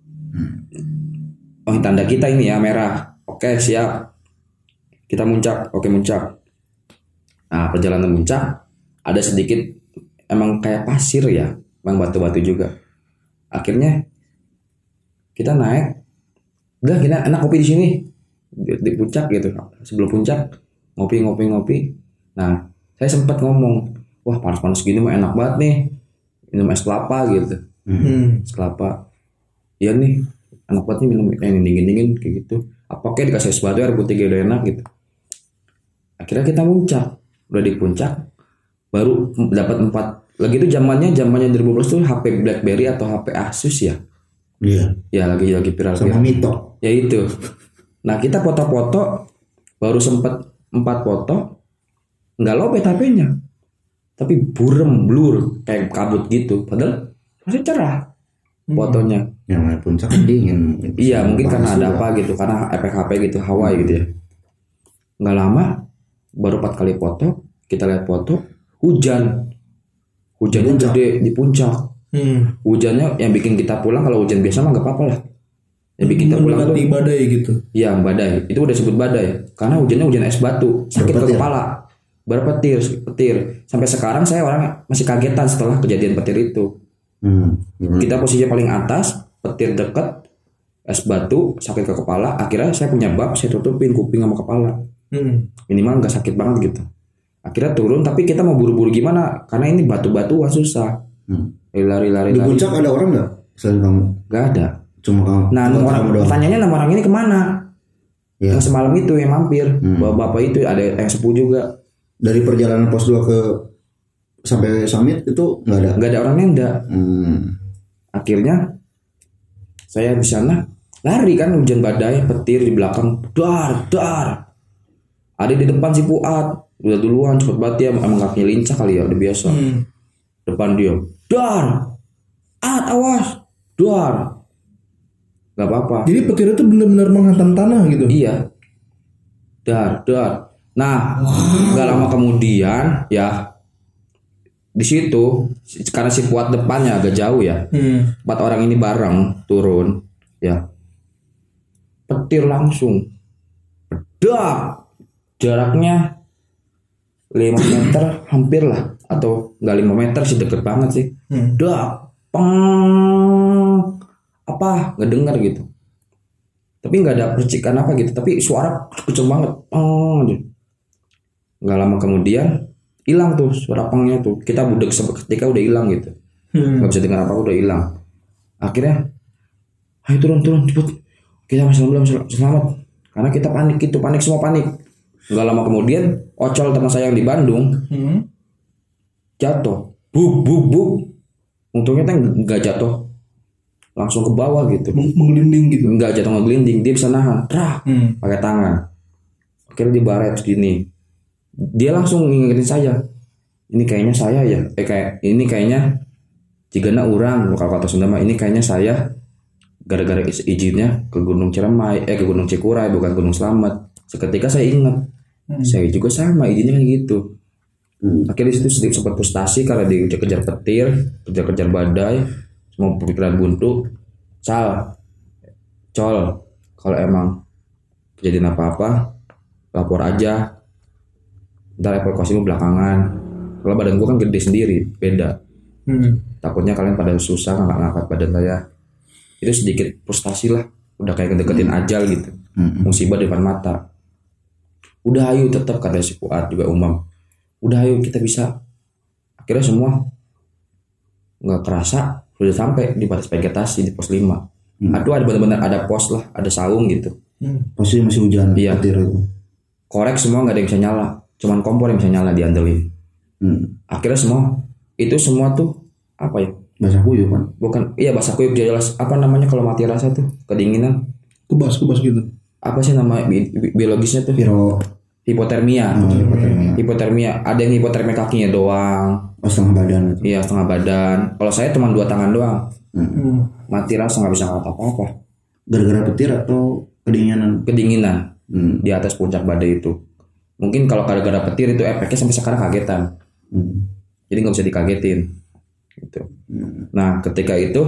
Tanda kita ini ya merah. Oke, siap. Kita muncak. Oke, muncak. Nah, perjalanan muncak ada sedikit emang kayak pasir ya, emang batu-batu juga. Akhirnya kita naik. Udah, kita enak kopi di sini. Di puncak gitu. Sebelum puncak ngopi. Nah, saya sempat ngomong, wah panas-panas gini mah enak banget nih. Minum es kelapa gitu. Es kelapa. Iya nih, enak banget nih minum yang dingin-dingin kayak gitu. Apa kayak dikasih es batu air putih udah enak gitu. Akhirnya kita muncak. Udah di puncak baru dapat 4. Lagi itu zamannya 2012 tuh HP BlackBerry atau HP Asus ya. Iya. Ya lagi viral. Sama Mito. Ya itu. Nah, kita foto-foto baru sempet 4 foto. Nggak lobet HP-nya. Tapi burem, blur, kayak kabut gitu. Padahal masih cerah fotonya. Yang naik puncak dingin. Iya, mungkin karena ada apa gitu, karena efek HP gitu, Hawaii gitu ya. Nggak lama, baru 4 kali foto, kita lihat foto, hujannya gede di puncak. Hujannya yang bikin kita pulang, kalau hujan biasa mah nggak apa-apa lah. Yang bikin kita pulang tuh badai gitu. Iya, badai. Itu udah disebut badai. Karena hujannya hujan es batu, sakit ke kepala. Berpetir. Sampai sekarang saya orang masih kagetan setelah kejadian petir itu. Kita posisinya paling atas, petir dekat, es batu, sakit ke kepala. Akhirnya saya punya bab, saya tutupin kuping sama kepala. Minimal nggak sakit banget gitu. Akhirnya turun, tapi kita mau buru-buru gimana? Karena ini batu-batuan susah. Lari. Di puncak ada orang nggak selain kamu? Nggak ada. Cuma kamu. Nah, tanyanya nama orang ini kemana? Ya. Yang semalam itu yang mampir, bapak itu ada yang sepuh juga. Dari perjalanan pos 2 ke sampai summit itu nggak ada orangnya enggak. Akhirnya saya di sana lari kan, hujan badai, petir di belakang, dar. Ada di depan si Fuad, udah duluan cepet banget ya, emang kakinya lincah kali ya, udah biasa. Depan dia, dar, awas, dar, nggak apa-apa. Jadi petir itu benar-benar menghantam tanah gitu. Iya, dar. Nah, nggak lama kemudian ya di situ karena si Fuad depannya agak jauh ya, 4 orang ini bareng turun ya, petir langsung, dak, jaraknya 5 meter hampir lah, atau nggak 5 meter sih, deket banget sih, dak, peng, apa nggak dengar gitu, tapi nggak ada percikan apa gitu, tapi suara kenceng banget, peng. Nggak lama kemudian hilang tuh suara pengnya tuh, kita budek seketika udah hilang gitu, nggak bisa dengar apa, udah hilang. Akhirnya ayo turun cepet, kita masih selamat, karena kita panik semua panik. Nggak lama kemudian Ocol teman saya yang di Bandung jatuh, buk, Untungnya tuh nggak jatuh langsung ke bawah gitu, Menggelinding gitu. nggak jatuh ngegelinding, dia bisa nahan, pakai tangan. Akhirnya dibaret gini, dia langsung ngingetin saya, ini kayaknya saya ya, kayak ini kayaknya jigana urang kalau kata Sunda mah, ini kayaknya saya gara-gara izinnya ke Gunung Ciremai, ke Gunung Cikuray bukan Gunung Slamet. Seketika saya ingat, saya juga sama izinnya kan gitu. Akhirnya di situ sedikit sempat frustasi karena dikejar petir, kejar-kejar badai, semua pikiran buntu. Col, kalau emang kejadian apa-apa lapor aja, ntar evakuasimu belakangan. Kalau badan gua kan gede sendiri, beda. Takutnya kalian pada susah ngangkat badan saya. Itu sedikit frustasi lah, udah kayak deketin ajal gitu, musibah di depan mata. Udah ayo tetap, kata si Fuad juga Umam, udah ayo kita bisa. Akhirnya semua nggak kerasa sudah sampai di batas vegetasi di pos 5. Aduh, ada benar-benar ada pos lah, ada saung gitu. Pasti masih hujan. Iya. Petir itu. Korek semua nggak ada yang bisa nyala, cuman kompor yang bisa nyala diandelin. Akhirnya semua tuh apa ya? Basah kuyup kan? Bukan, iya basah kuyup, jelas apa namanya kalau mati rasa tuh, kedinginan. Kebas gitu. Apa sih nama biologisnya tuh? Hipotermia. Hipotermia. Ada yang hipotermia kakinya doang. Oh, setengah badan. Iya, setengah badan. Kalau saya cuma 2 tangan doang. Mati rasa, nggak bisa ngeliat apa-apa. Gara-gara petir atau kedinginan? Kedinginan. Di atas puncak badai itu. Mungkin kalau gara-gara petir itu efeknya sampai sekarang kagetan. Jadi nggak bisa dikagetin. Gitu. Nah, ketika itu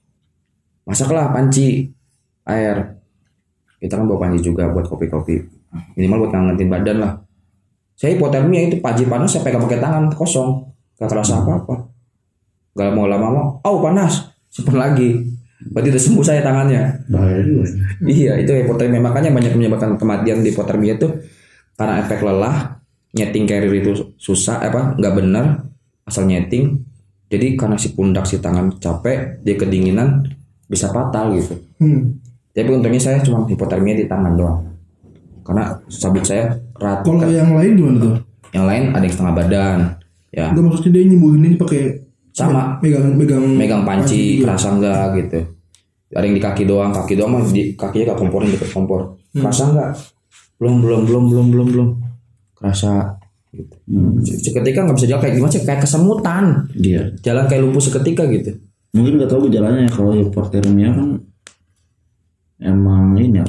masaklah panci air. Kita kan bawa panci juga buat kopi-kopi. Minimal buat ngangetin badan lah. Saya hipotermia itu panci panas saya pegang pakai tangan kosong, gak kerasa apa-apa. Gak mau lama-lama, panas, simpen lagi. Berarti udah sembuh saya tangannya. Bahaya juga. Iya, itu hipotermia. Makanya banyak menyebabkan kematian di hipotermia itu karena efek lelah, nyeting carrier itu susah, nggak benar, asal nyeting. Jadi karena si pundak si tangan capek, dia kedinginan, bisa fatal gitu. Tapi untungnya saya cuma hipotermia di tangan doang. Karena sabit saya erat. Kalau yang lain gimana tuh? Yang lain ada yang setengah badan. Ya. Enggak, maksudnya dia nyembuhin ini pakai sama megang panci, kerasa enggak gitu. Ada yang di kaki doang mah di kakinya gak komporin, deket kompor. Kerasa enggak? Belum. Kerasa gitu. Seketika nggak bisa jalan, kayak gimana sih, kayak kesemutan. Iya. Jalan kayak lumpuh seketika gitu. Mungkin nggak tahu gejalanya ya, kalau hipotermia kan emang ini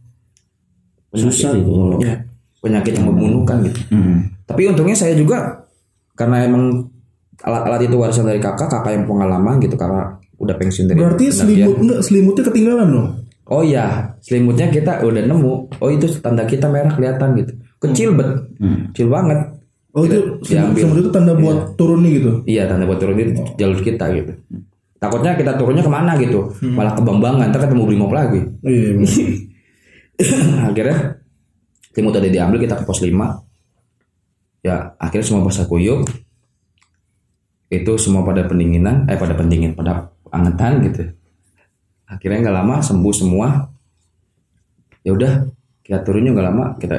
susah gitu kalau ya, penyakit yang membunuhkan gitu. Tapi untungnya saya juga karena emang alat-alat itu warisan dari kakak yang pengalaman gitu, karena udah pensiun dari. Berarti selimutnya ketinggalan dong? Oh iya, selimutnya kita udah nemu. Oh itu tanda kita merah kelihatan gitu. Kecil kecil banget. Oh itu selimut itu tanda buat turun nih gitu? Iya, tanda buat turun itu jalur kita gitu. Takutnya kita turunnya kemana gitu, malah ke Bambangan, ntar ketemu Brimob lagi. Iya. Akhirnya selimut tadi diambil, kita ke pos 5. Ya akhirnya semua basah kuyup. Itu semua pada pendinginan, pada angetan gitu. Akhirnya nggak lama sembuh semua. Ya udah, kita turunnya nggak lama, kita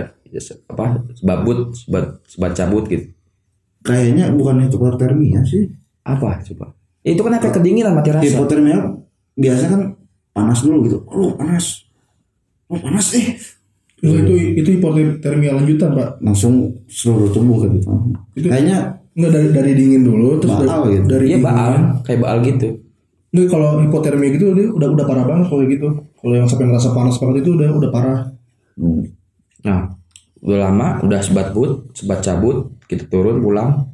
sebat cabut gitu. Kayaknya bukan hipotermia sih. Apa coba? Itu kan efek kedinginan, mati rasa. Hipotermia biasa kan panas dulu gitu. Panas. Itu hipotermia lanjutan, Pak. Langsung seluruh tubuh kan gitu. Itu kayaknya enggak dari dingin dulu terus baal gitu. dari iya baal, kayak baal gitu. Ini kalau hipotermia gitu dia udah parah banget kalau gitu. Kalau yang sampai ngerasa panas banget itu udah parah. Nah, udah lama, udah sebat cabut, kita turun pulang.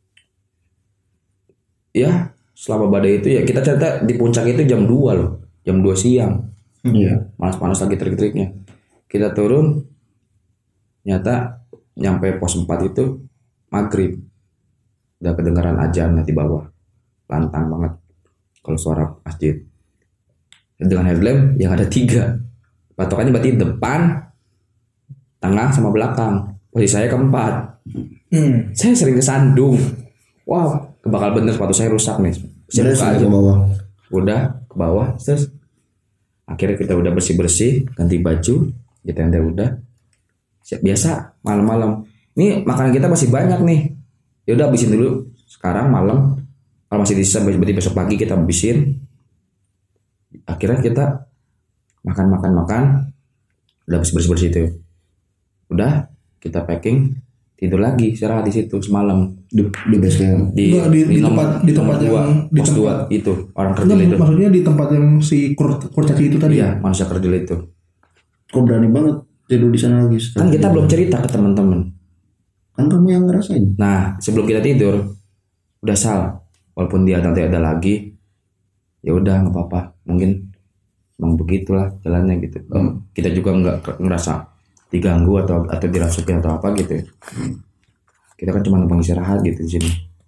Ya, selama badai itu ya kita cerita di puncak itu jam 2 loh. Jam 2 siang. Iya. Panas-panas lagi terik-teriknya. Kita turun, nyata nyampe pos 4 itu maghrib. Udah kedengaran azan di bawah. Lantang banget kalau suara masjid. Dengan headlamp yang ada 3. Patokannya berarti depan, tengah sama belakang. Posisi saya keempat. Saya sering kesandung. Wow, bakal bener sepatu saya rusak nih. Saya buka aja. Udah ke bawah, terus akhirnya kita udah bersih-bersih, ganti baju, kita udah siap biasa malam-malam. Ini makanan kita masih banyak nih. Ya udah habisin dulu sekarang malam. kalau masih disisa berarti besok pagi kita habisin. Akhirnya kita makan, udah bersih itu, udah kita packing, tidur lagi, istirahat di situ semalam Di base camp. di tempat yang di pos tempat 2 itu orang kerdil itu. maksudnya di tempat yang si kurcaci itu tadi. Iya, manusia kerdil itu. Kok berani banget tidur di sana lagi? Kan kita belum cerita ke teman-teman. Kan kamu yang ngerasain. Nah, sebelum kita tidur udah Sal, walaupun dia nanti ada lagi, ya udah nggak apa-apa, mungkin emang begitulah jalannya gitu. Kita juga nggak ngerasa diganggu atau dirasukin atau apa gitu. Kita kan cuma numpang istirahat gitu di sini.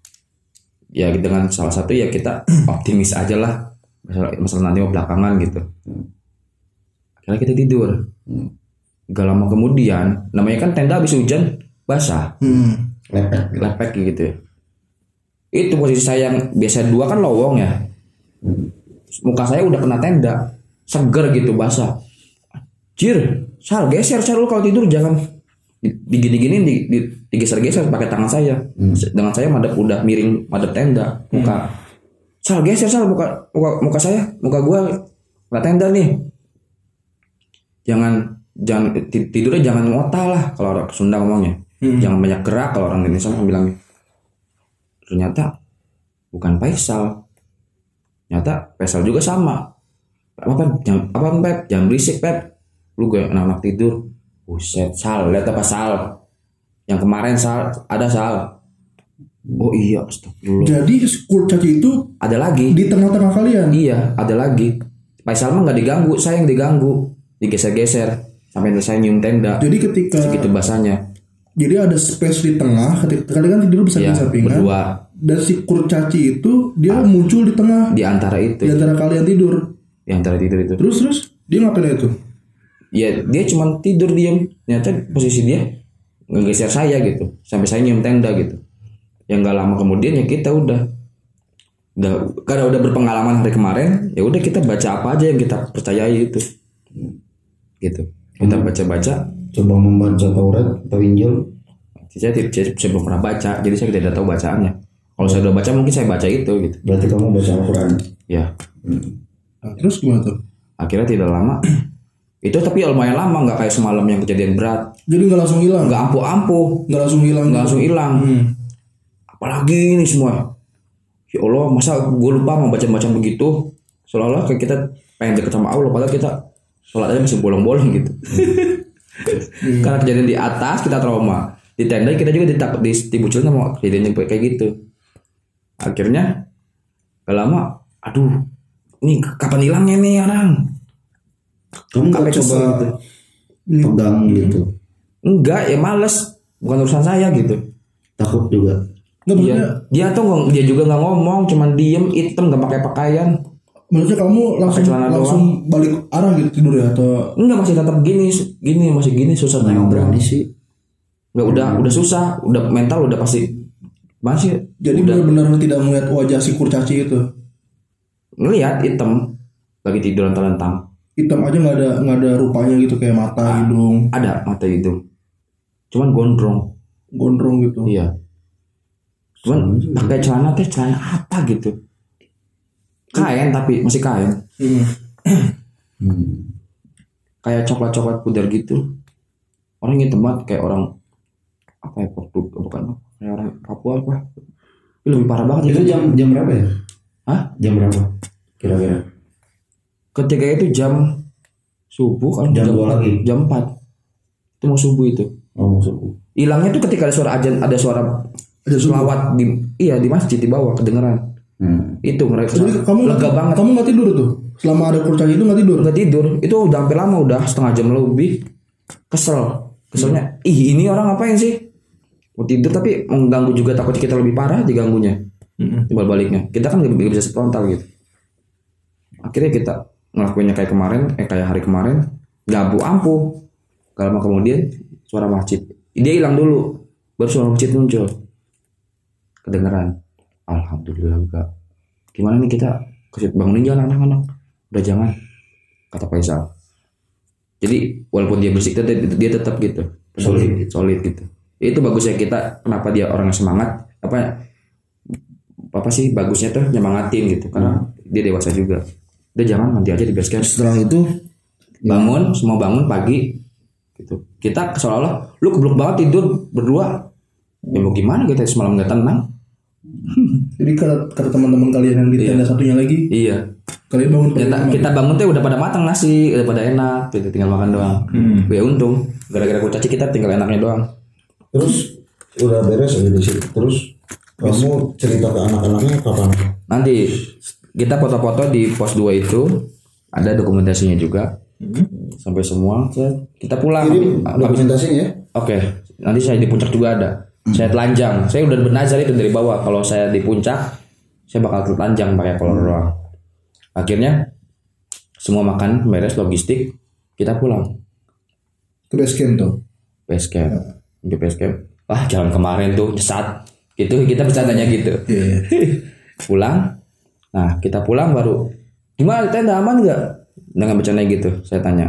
Ya dengan salah satu ya kita optimis aja lah, masalah nanti mau belakangan gitu. Akhirnya kita tidur. Gak lama kemudian, namanya kan tenda habis hujan basah, lepek gitu ya. Itu posisi saya yang biasa 2 kan lowong ya, muka saya udah kena tenda, seger gitu basah. Jir, Sal geser lu kalau tidur jangan digini-gini, digeser-geser pakai tangan saya. Dengan saya udah miring madep tenda muka. Sal geser muka saya, muka gua kena tenda nih. Jangan tidurnya jangan ngotal lah kalau orang Sunda ngomongnya. Jangan banyak gerak kalau orang Indonesia bilang. Ternyata bukan Faisal. Ternyata Faisal juga sama. Apa Pep? Jangan berisik Pep. Lu gue anak-anak tidur. Buset, Sal, lihat apa Sal? Yang kemarin Sal, ada Sal. Oh iya, astagfirullah. Jadi kurcaci itu ada lagi di tengah-tengah kalian. Iya, ada lagi. Faisal mah nggak diganggu, saya yang diganggu. Digeser-geser sampai saya nyium tenda. Jadi ketika segitu basahnya. Jadi ada space di tengah, ketika kalian kan tidur bersamping-sampingan. Berdua. Dan si kurcaci itu dia muncul di tengah. Di antara itu. Di antara kalian tidur. Di antara tidur itu. Terus dia ngapain itu? Ya dia cuma tidur diam. Ternyata posisi dia ngegeser saya gitu. Sampai saya nyium tenda gitu. Yang nggak lama kemudian ya kita karena udah berpengalaman hari kemarin, ya udah kita baca apa aja yang kita percayai itu. Gitu. Kita baca-baca. Coba membaca Taurat atau Injil. Saya belum pernah baca, jadi saya tidak tahu bacaannya. Kalau saya udah baca mungkin saya baca itu gitu. Berarti kamu baca Al-Quran. Ya. Nah, terus gimana tuh? Akhirnya tidak lama. Itu tapi lumayan lama, nggak kayak semalam yang kejadian berat. Jadi nggak langsung hilang. Nggak ampuh-ampuh. Nggak langsung hilang. Apalagi ini semua. Ya Allah, masa gue lupa mau baca-baca begitu. Seolah-olah kayak kita pengen deket sama Allah, padahal kita sholat aja masih bolong-bolong gitu. Karena kejadian di atas kita trauma, di tenda kita juga dibuculin sama kejadian yang kayak gitu. Akhirnya gak lama, aduh, ini kapan hilangnya nih orang? Kamu gak coba gitu. pegang gitu? Enggak, ya males, bukan urusan saya gitu. Takut juga. Dia juga nggak ngomong, cuman diem, hitam, nggak pakai pakaian. Maksudnya kamu langsung balik arah gitu tidur ya atau? Enggak, masih tetap gini, susah nggak berani sih. Nggak, udah susah, udah mental udah pasti masih. Jadi benar-benar tidak melihat wajah si kurcaci itu. Ngelihat hitam, lagi tidur lentang-lentang. Hitam aja nggak ada rupanya gitu kayak mata, hidung. Ada mata hidung, cuman gondrong gitu. Iya. Cuman pakai celana apa gitu, kain tapi masih kain. Kayak coklat pudar gitu. Orang hitam banget kayak orang apa ya, bukan kayak orang Papua apa. Itu lebih parah banget. Itu jam berapa ya? Hah? Jam berapa kira-kira? Ketika itu jam subuh kan, jam 2 lagi. Jam 4. Itu mau subuh itu. Oh, mau subuh. Hilangnya tuh ketika ada suara azan, ada suara selawat di masjid di bawah kedengeran. Itu ngerasa lega banget. Kamu nggak tidur tuh selama ada kurcaci itu? Nggak tidur itu udah hampir lama, udah setengah jam lebih. Keselnya ini orang ngapain sih mau tidur tapi mengganggu juga, takut kita lebih parah diganggunya. Timbal baliknya kita kan nggak bisa frontal gitu. Akhirnya kita ngelakuinnya kayak hari kemarin, nggak ampuh. Gak lama kemudian suara masjid dia hilang dulu, baru suara masjid muncul kedengeran. Alhamdulillah enggak. Gimana nih kita bangunin jalan anak-anak? Udah jangan, kata Faisal. Jadi walaupun dia bersik dia tetap gitu, solid gitu. Itu bagusnya kita, kenapa dia orangnya semangat, apa sih bagusnya tuh nyemangatin gitu karena dia dewasa juga. Udah jangan nanti aja di base camp. Setelah itu Bangun, semua bangun pagi gitu. Kita seolah-olah lu keblok banget tidur berdua. Ya mau gimana kita semalam nggak tenang. Jadi kata teman-teman kalian yang di tenda satunya lagi, Iya. kalian bangun pagi. Kita bangun tuh udah pada matang nasi, udah pada enak, gitu, tinggal makan doang. Ya untung, gara-gara kurcaci kita tinggal enaknya doang. terus udah beres aja di situ. Terus kamu cerita ke anak-anaknya kapan? Nanti kita foto-foto di pos 2 itu ada dokumentasinya juga. Sampai semua kita pulang. Kirim dokumentasinya ya. Oke, nanti saya di puncak juga ada. Saya telanjang. Saya udah bernazar itu dari bawah. Kalau saya di puncak, saya bakal telanjang pakai kolor doang. Akhirnya semua makan beres logistik, kita pulang Ke base camp tuh. base camp. Di base camp. Wah, jalan kemarin tuh nyesat. Gitu kita bercandanya gitu. Iya. Pulang. Nah, kita pulang baru gimana tenda aman nggak? Dengan bercanda gitu, saya tanya.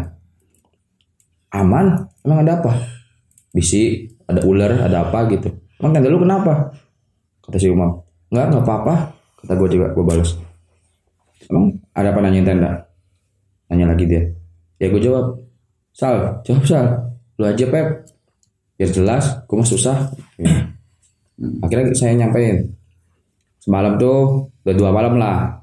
Aman? Emang ada apa? Bisi, ada ular, ada apa gitu. Emang tenda lu kenapa? Kata si Umam. Nggak apa-apa. Kata gue juga, gue balas. Emang ada apa nanyain tenda? Nanya lagi dia. Ya gue jawab. Jawab Sal. Lu aja Pep. Biar jelas, gue mah susah. Ya. Akhirnya saya nyampein. Semalam tuh, udah 2 malam lah.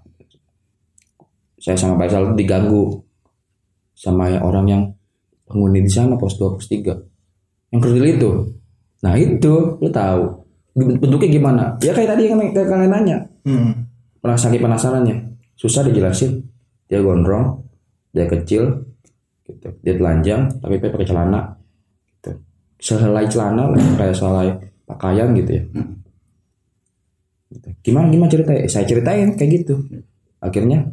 Saya sama Faisal diganggu sama orang yang penghuni di sana pos 2 pos 3 yang kerdil itu. Nah itu lu tahu bentuknya gimana ya, kayak tadi yang kalian nanya. Saking penasarannya, susah dijelasin. Dia gondrong, dia kecil gitu, dia telanjang tapi pakai celana gitu, sehelai celana lah, kayak sehelai pakaian gitu ya. Gitu. Gimana ceritanya? Saya ceritain kayak gitu. Akhirnya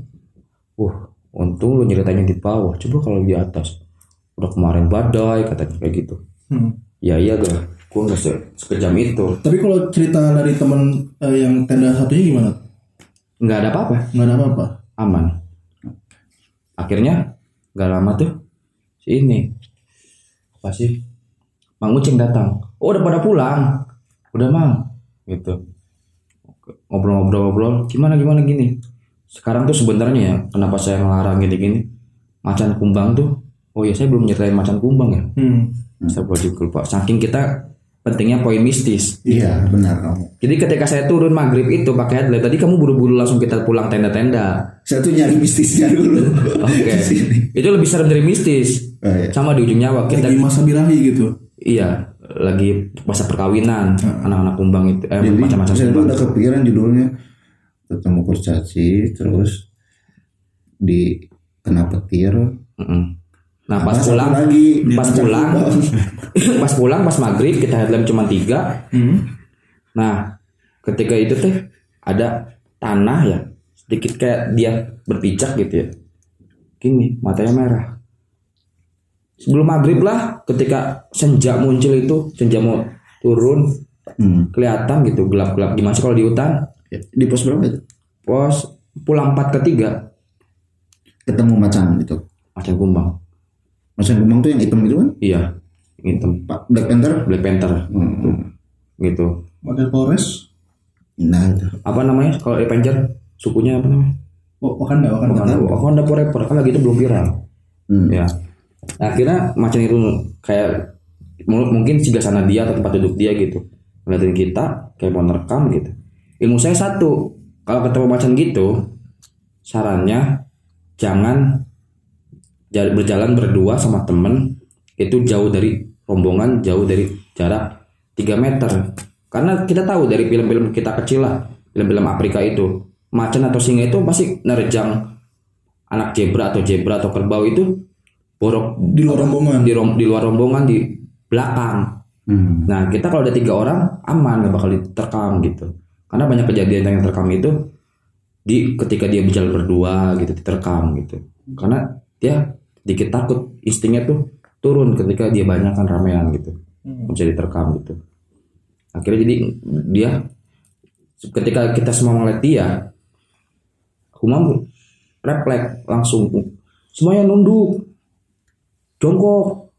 untung lu nyeritainnya di bawah. Coba kalau di atas. Udah kemarin badai katanya kayak gitu. Ya iya gue nggak sekejam itu. Tapi kalau cerita dari teman yang tenda satunya gimana? Nggak ada apa-apa. Nggak ada apa-apa. Aman. Akhirnya nggak lama tuh si ini apa sih Mang Uceng datang. Oh udah pada pulang. Udah Mang. Gitu. Ngobrol-ngobrol. Gimana gini. Sekarang tuh sebenarnya ya, kenapa saya ngelarang gini-gini macan kumbang tuh, oh ya saya belum nyeritain macan kumbang ya. Saya lupa. Saking kita pentingnya poin mistis. Iya benar kamu. Jadi ketika saya turun maghrib itu pakai headlight, tadi kamu buru-buru langsung kita pulang tenda-tenda. Saya tuh nyari mistisnya dulu. Oke. Itu lebih serem dari mistis. Iya. Sama di ujung nyawa kita. Lagi masa birahi gitu. Iya, lagi masa perkawinan anak-anak kumbang itu, macam-macam Saya kumbang. udah kepikiran judulnya ketemu kurcaci terus di kena petir. Nah pas Satu pulang, lagi, pas maghrib kita headlamp cuma 3. Nah ketika itu teh ada tanah ya sedikit kayak dia berpijak gitu ya. Gini matanya merah. Sebelum maghrib lah, ketika senja muncul itu, senja mau turun, kelihatan gitu gelap-gelap. Gimana sih kalau di hutan? Di pos berapa itu? Pos pulang 4 ke 3 Ketemu macan itu. macan kumbang. Macan kumbang tuh yang hitam itu kan? Iya, hitam. Black Panther. Black Panther. Gitu. Model Polres. Nah itu. Apa namanya kalau Avenger? Sukunya apa namanya? Wakanda. Wakanda Forever kan lagi itu belum viral. Ya. Nah, akhirnya macan itu kayak mungkin singgah sana dia atau tempat duduk dia gitu. Ngeliatin kita kayak mau nerekam gitu. Ilmu saya satu, kalau ketemu macan gitu, sarannya jangan berjalan berdua sama temen itu jauh dari rombongan, jauh dari jarak 3 meter. Karena kita tahu dari film-film kita kecil lah, film-film Afrika itu, macan atau singa itu pasti nerjang anak zebra atau kerbau itu borok Di luar rombongan. di luar rombongan di belakang. Nah kita kalau ada 3 orang aman, nggak bakal diterkam gitu. Karena banyak kejadian yang terkam itu ketika dia berjalan berdua gitu diterkam gitu. Karena dia dikit takut, instingnya tuh turun ketika dia banyak kan ramean gitu, bisa diterkam gitu. Akhirnya jadi dia ketika kita semua ngeliat dia, Humam refleks langsung semuanya nunduk, jongkok,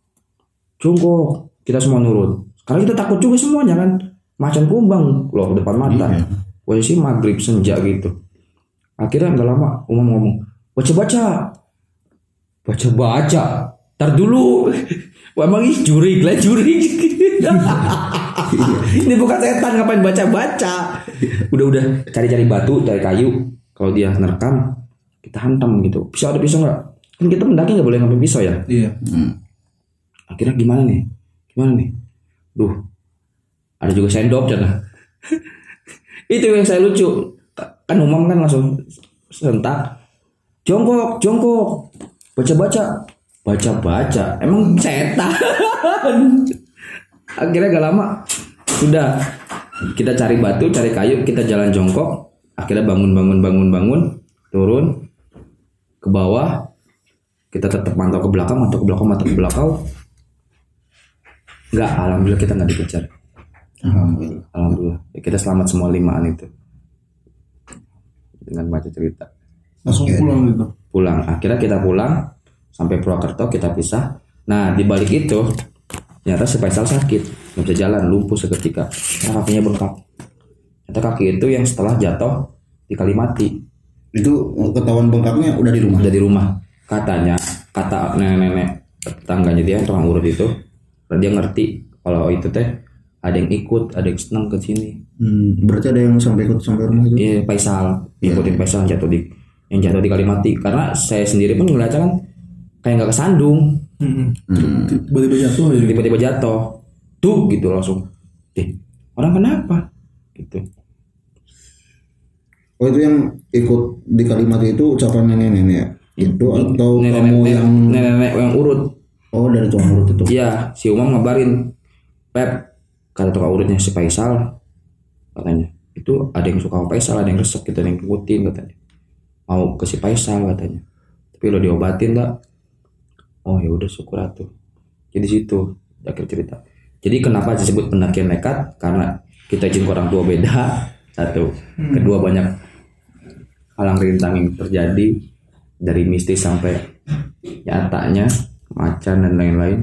kita semua nurut. Karena kita takut juga semuanya kan, macan kumbang loh depan mata. posisi maghrib senja gitu. Akhirnya nggak lama Umam ngomong, baca. Tar dulu. Wah, emang jurig. Ini bukan setan, ngapain baca. Udah cari batu, cari kayu. Kalau dia nerekam, kita hantam gitu. Pisau, ada pisau nggak? Kan kita mendaki nggak boleh ngambil pisau ya. Iya. Akhirnya gimana nih? Duh, ada juga sendok jana. Itu yang saya lucu. Kan Umam kan langsung sentak. Jongkok. Baca. Emang setan. Akhirnya gak lama sudah kita cari batu, cari kayu, kita jalan jongkok. Akhirnya bangun, turun ke bawah. Kita tetap mantau ke belakang. Enggak, alhamdulillah kita nggak dikejar. Alhamdulillah. Ya, kita selamat semua 5-an itu. Dengan baca cerita. Langsung pulang gitu. Pulang. Akhirnya kita pulang sampai Purwokerto, kita pisah. Nah, di balik itu ternyata si Faisal sakit, nggak bisa jalan, lumpuh seketika. Nah, kakinya bengkak. Ternyata kaki itu yang setelah jatuh di Kalimati. Itu ketahuan bengkaknya udah di rumah. Udah di rumah. Kata nenek tetangganya dia, tukang urut itu, dia ngerti kalau itu teh ada yang ikut, ada yang senang ke sini. Berarti ada yang sampai ikut sampai rumah itu? Iya, Faisal, ikutin Faisal yang jatuh di Kalimati. Karena saya sendiri pun ngeliatnya kan kayak nggak kesandung. Tiba-tiba jatuh. Tuh gitu langsung. Orang kenapa? Gitu. Oh, itu yang ikut di Kalimati itu ucapan nenek-nenek itu atau nenek yang urut? Oh, dari tukang urut itu. Iya, si Umam ngabarin, Pep, kata tukang urutnya si Faisal, katanya itu ada yang suka sama Faisal, ada yang resep, kita yang ngikutin katanya. Mau ke si Faisal katanya. Tapi lo diobatin enggak? Oh ya udah, syukur atuh. Jadi situ akhir cerita. Jadi kenapa disebut pendakian nekat? Karena kita izin orang tua beda. Satu, kedua banyak halang rintang yang terjadi dari mistis sampai nyatanya, macan dan lain-lain.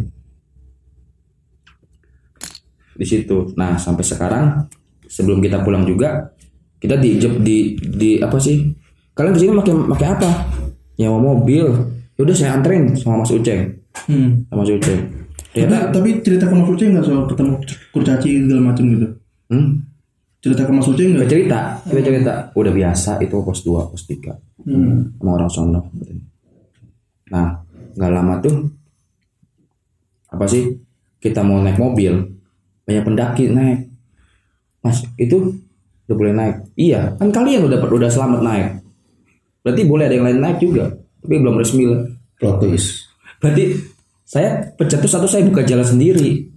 Di situ. Nah, sampai sekarang sebelum kita pulang juga kita di apa sih? Kalian kesini pakai apa? Nyewa mobil. Udah saya anterin sama Mas Uceng. Sama Mas Uceng. Tapi cerita ke Mas Uceng nggak soal ketemu kurcaci segala macam gitu? Cerita ke Mas Uceng nggak? Kita cerita. Udah biasa itu pos 2, pos 3 sama orang sono. Nah, nggak lama tuh apa sih? Kita mau naik mobil, banyak pendaki naik. Mas, itu udah boleh naik? Iya, kan kalian udah selamat naik. Berarti boleh ada yang lain naik juga. Tapi belum resmi lah. Plot twist. Berarti saya pencetus atau saya buka jalan sendiri.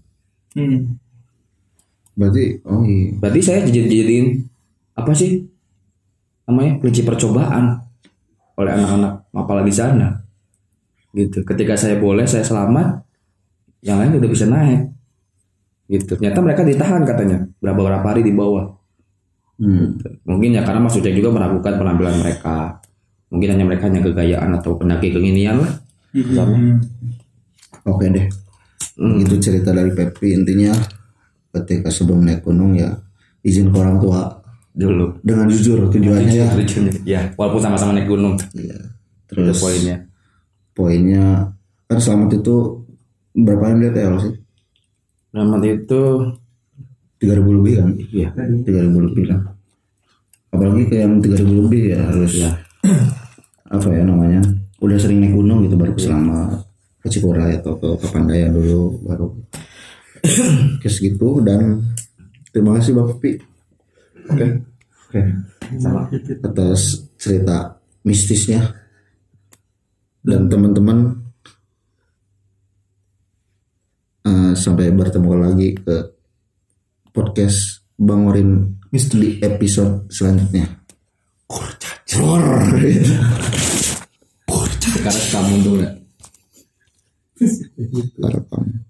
Berarti iya. Berarti saya jadiin apa sih namanya, prinsip percobaan oleh anak-anak mapala di sana. Gitu. Ketika saya boleh, saya selamat, yang lain udah bisa naik. Gitu. Ternyata mereka ditahan katanya berapa hari di bawah. Gitu. Mungkin ya karena maksudnya juga meragukan penampilan mereka. Mungkin hanya mereka hanya kegayaan atau pendaki kekinian lah. Oke deh. Itu cerita dari Pepi. Intinya ketika sebelum naik gunung ya izin ke orang tua dulu dengan jujur tujuannya ya. Ya, walaupun sama-sama naik gunung. Iya. Terus poinnya kan selamat itu berapa yang dia TL sih? Selamat itu 3.000 lebih kan? Iya. 3.000 lebih kan. Apalagi ke yang 3.000 lebih ya harus ya. Apa ya namanya, udah sering naik gunung gitu baru selama ke Cikuray atau ke Papandayan dulu baru ke segitu. Dan terima kasih Bapak Pi. Oke. Sama atas cerita mistisnya. Dan teman-teman sampai bertemu lagi ke podcast Bang Orin di episode selanjutnya. Sekarang kamu dulu. Para kamu.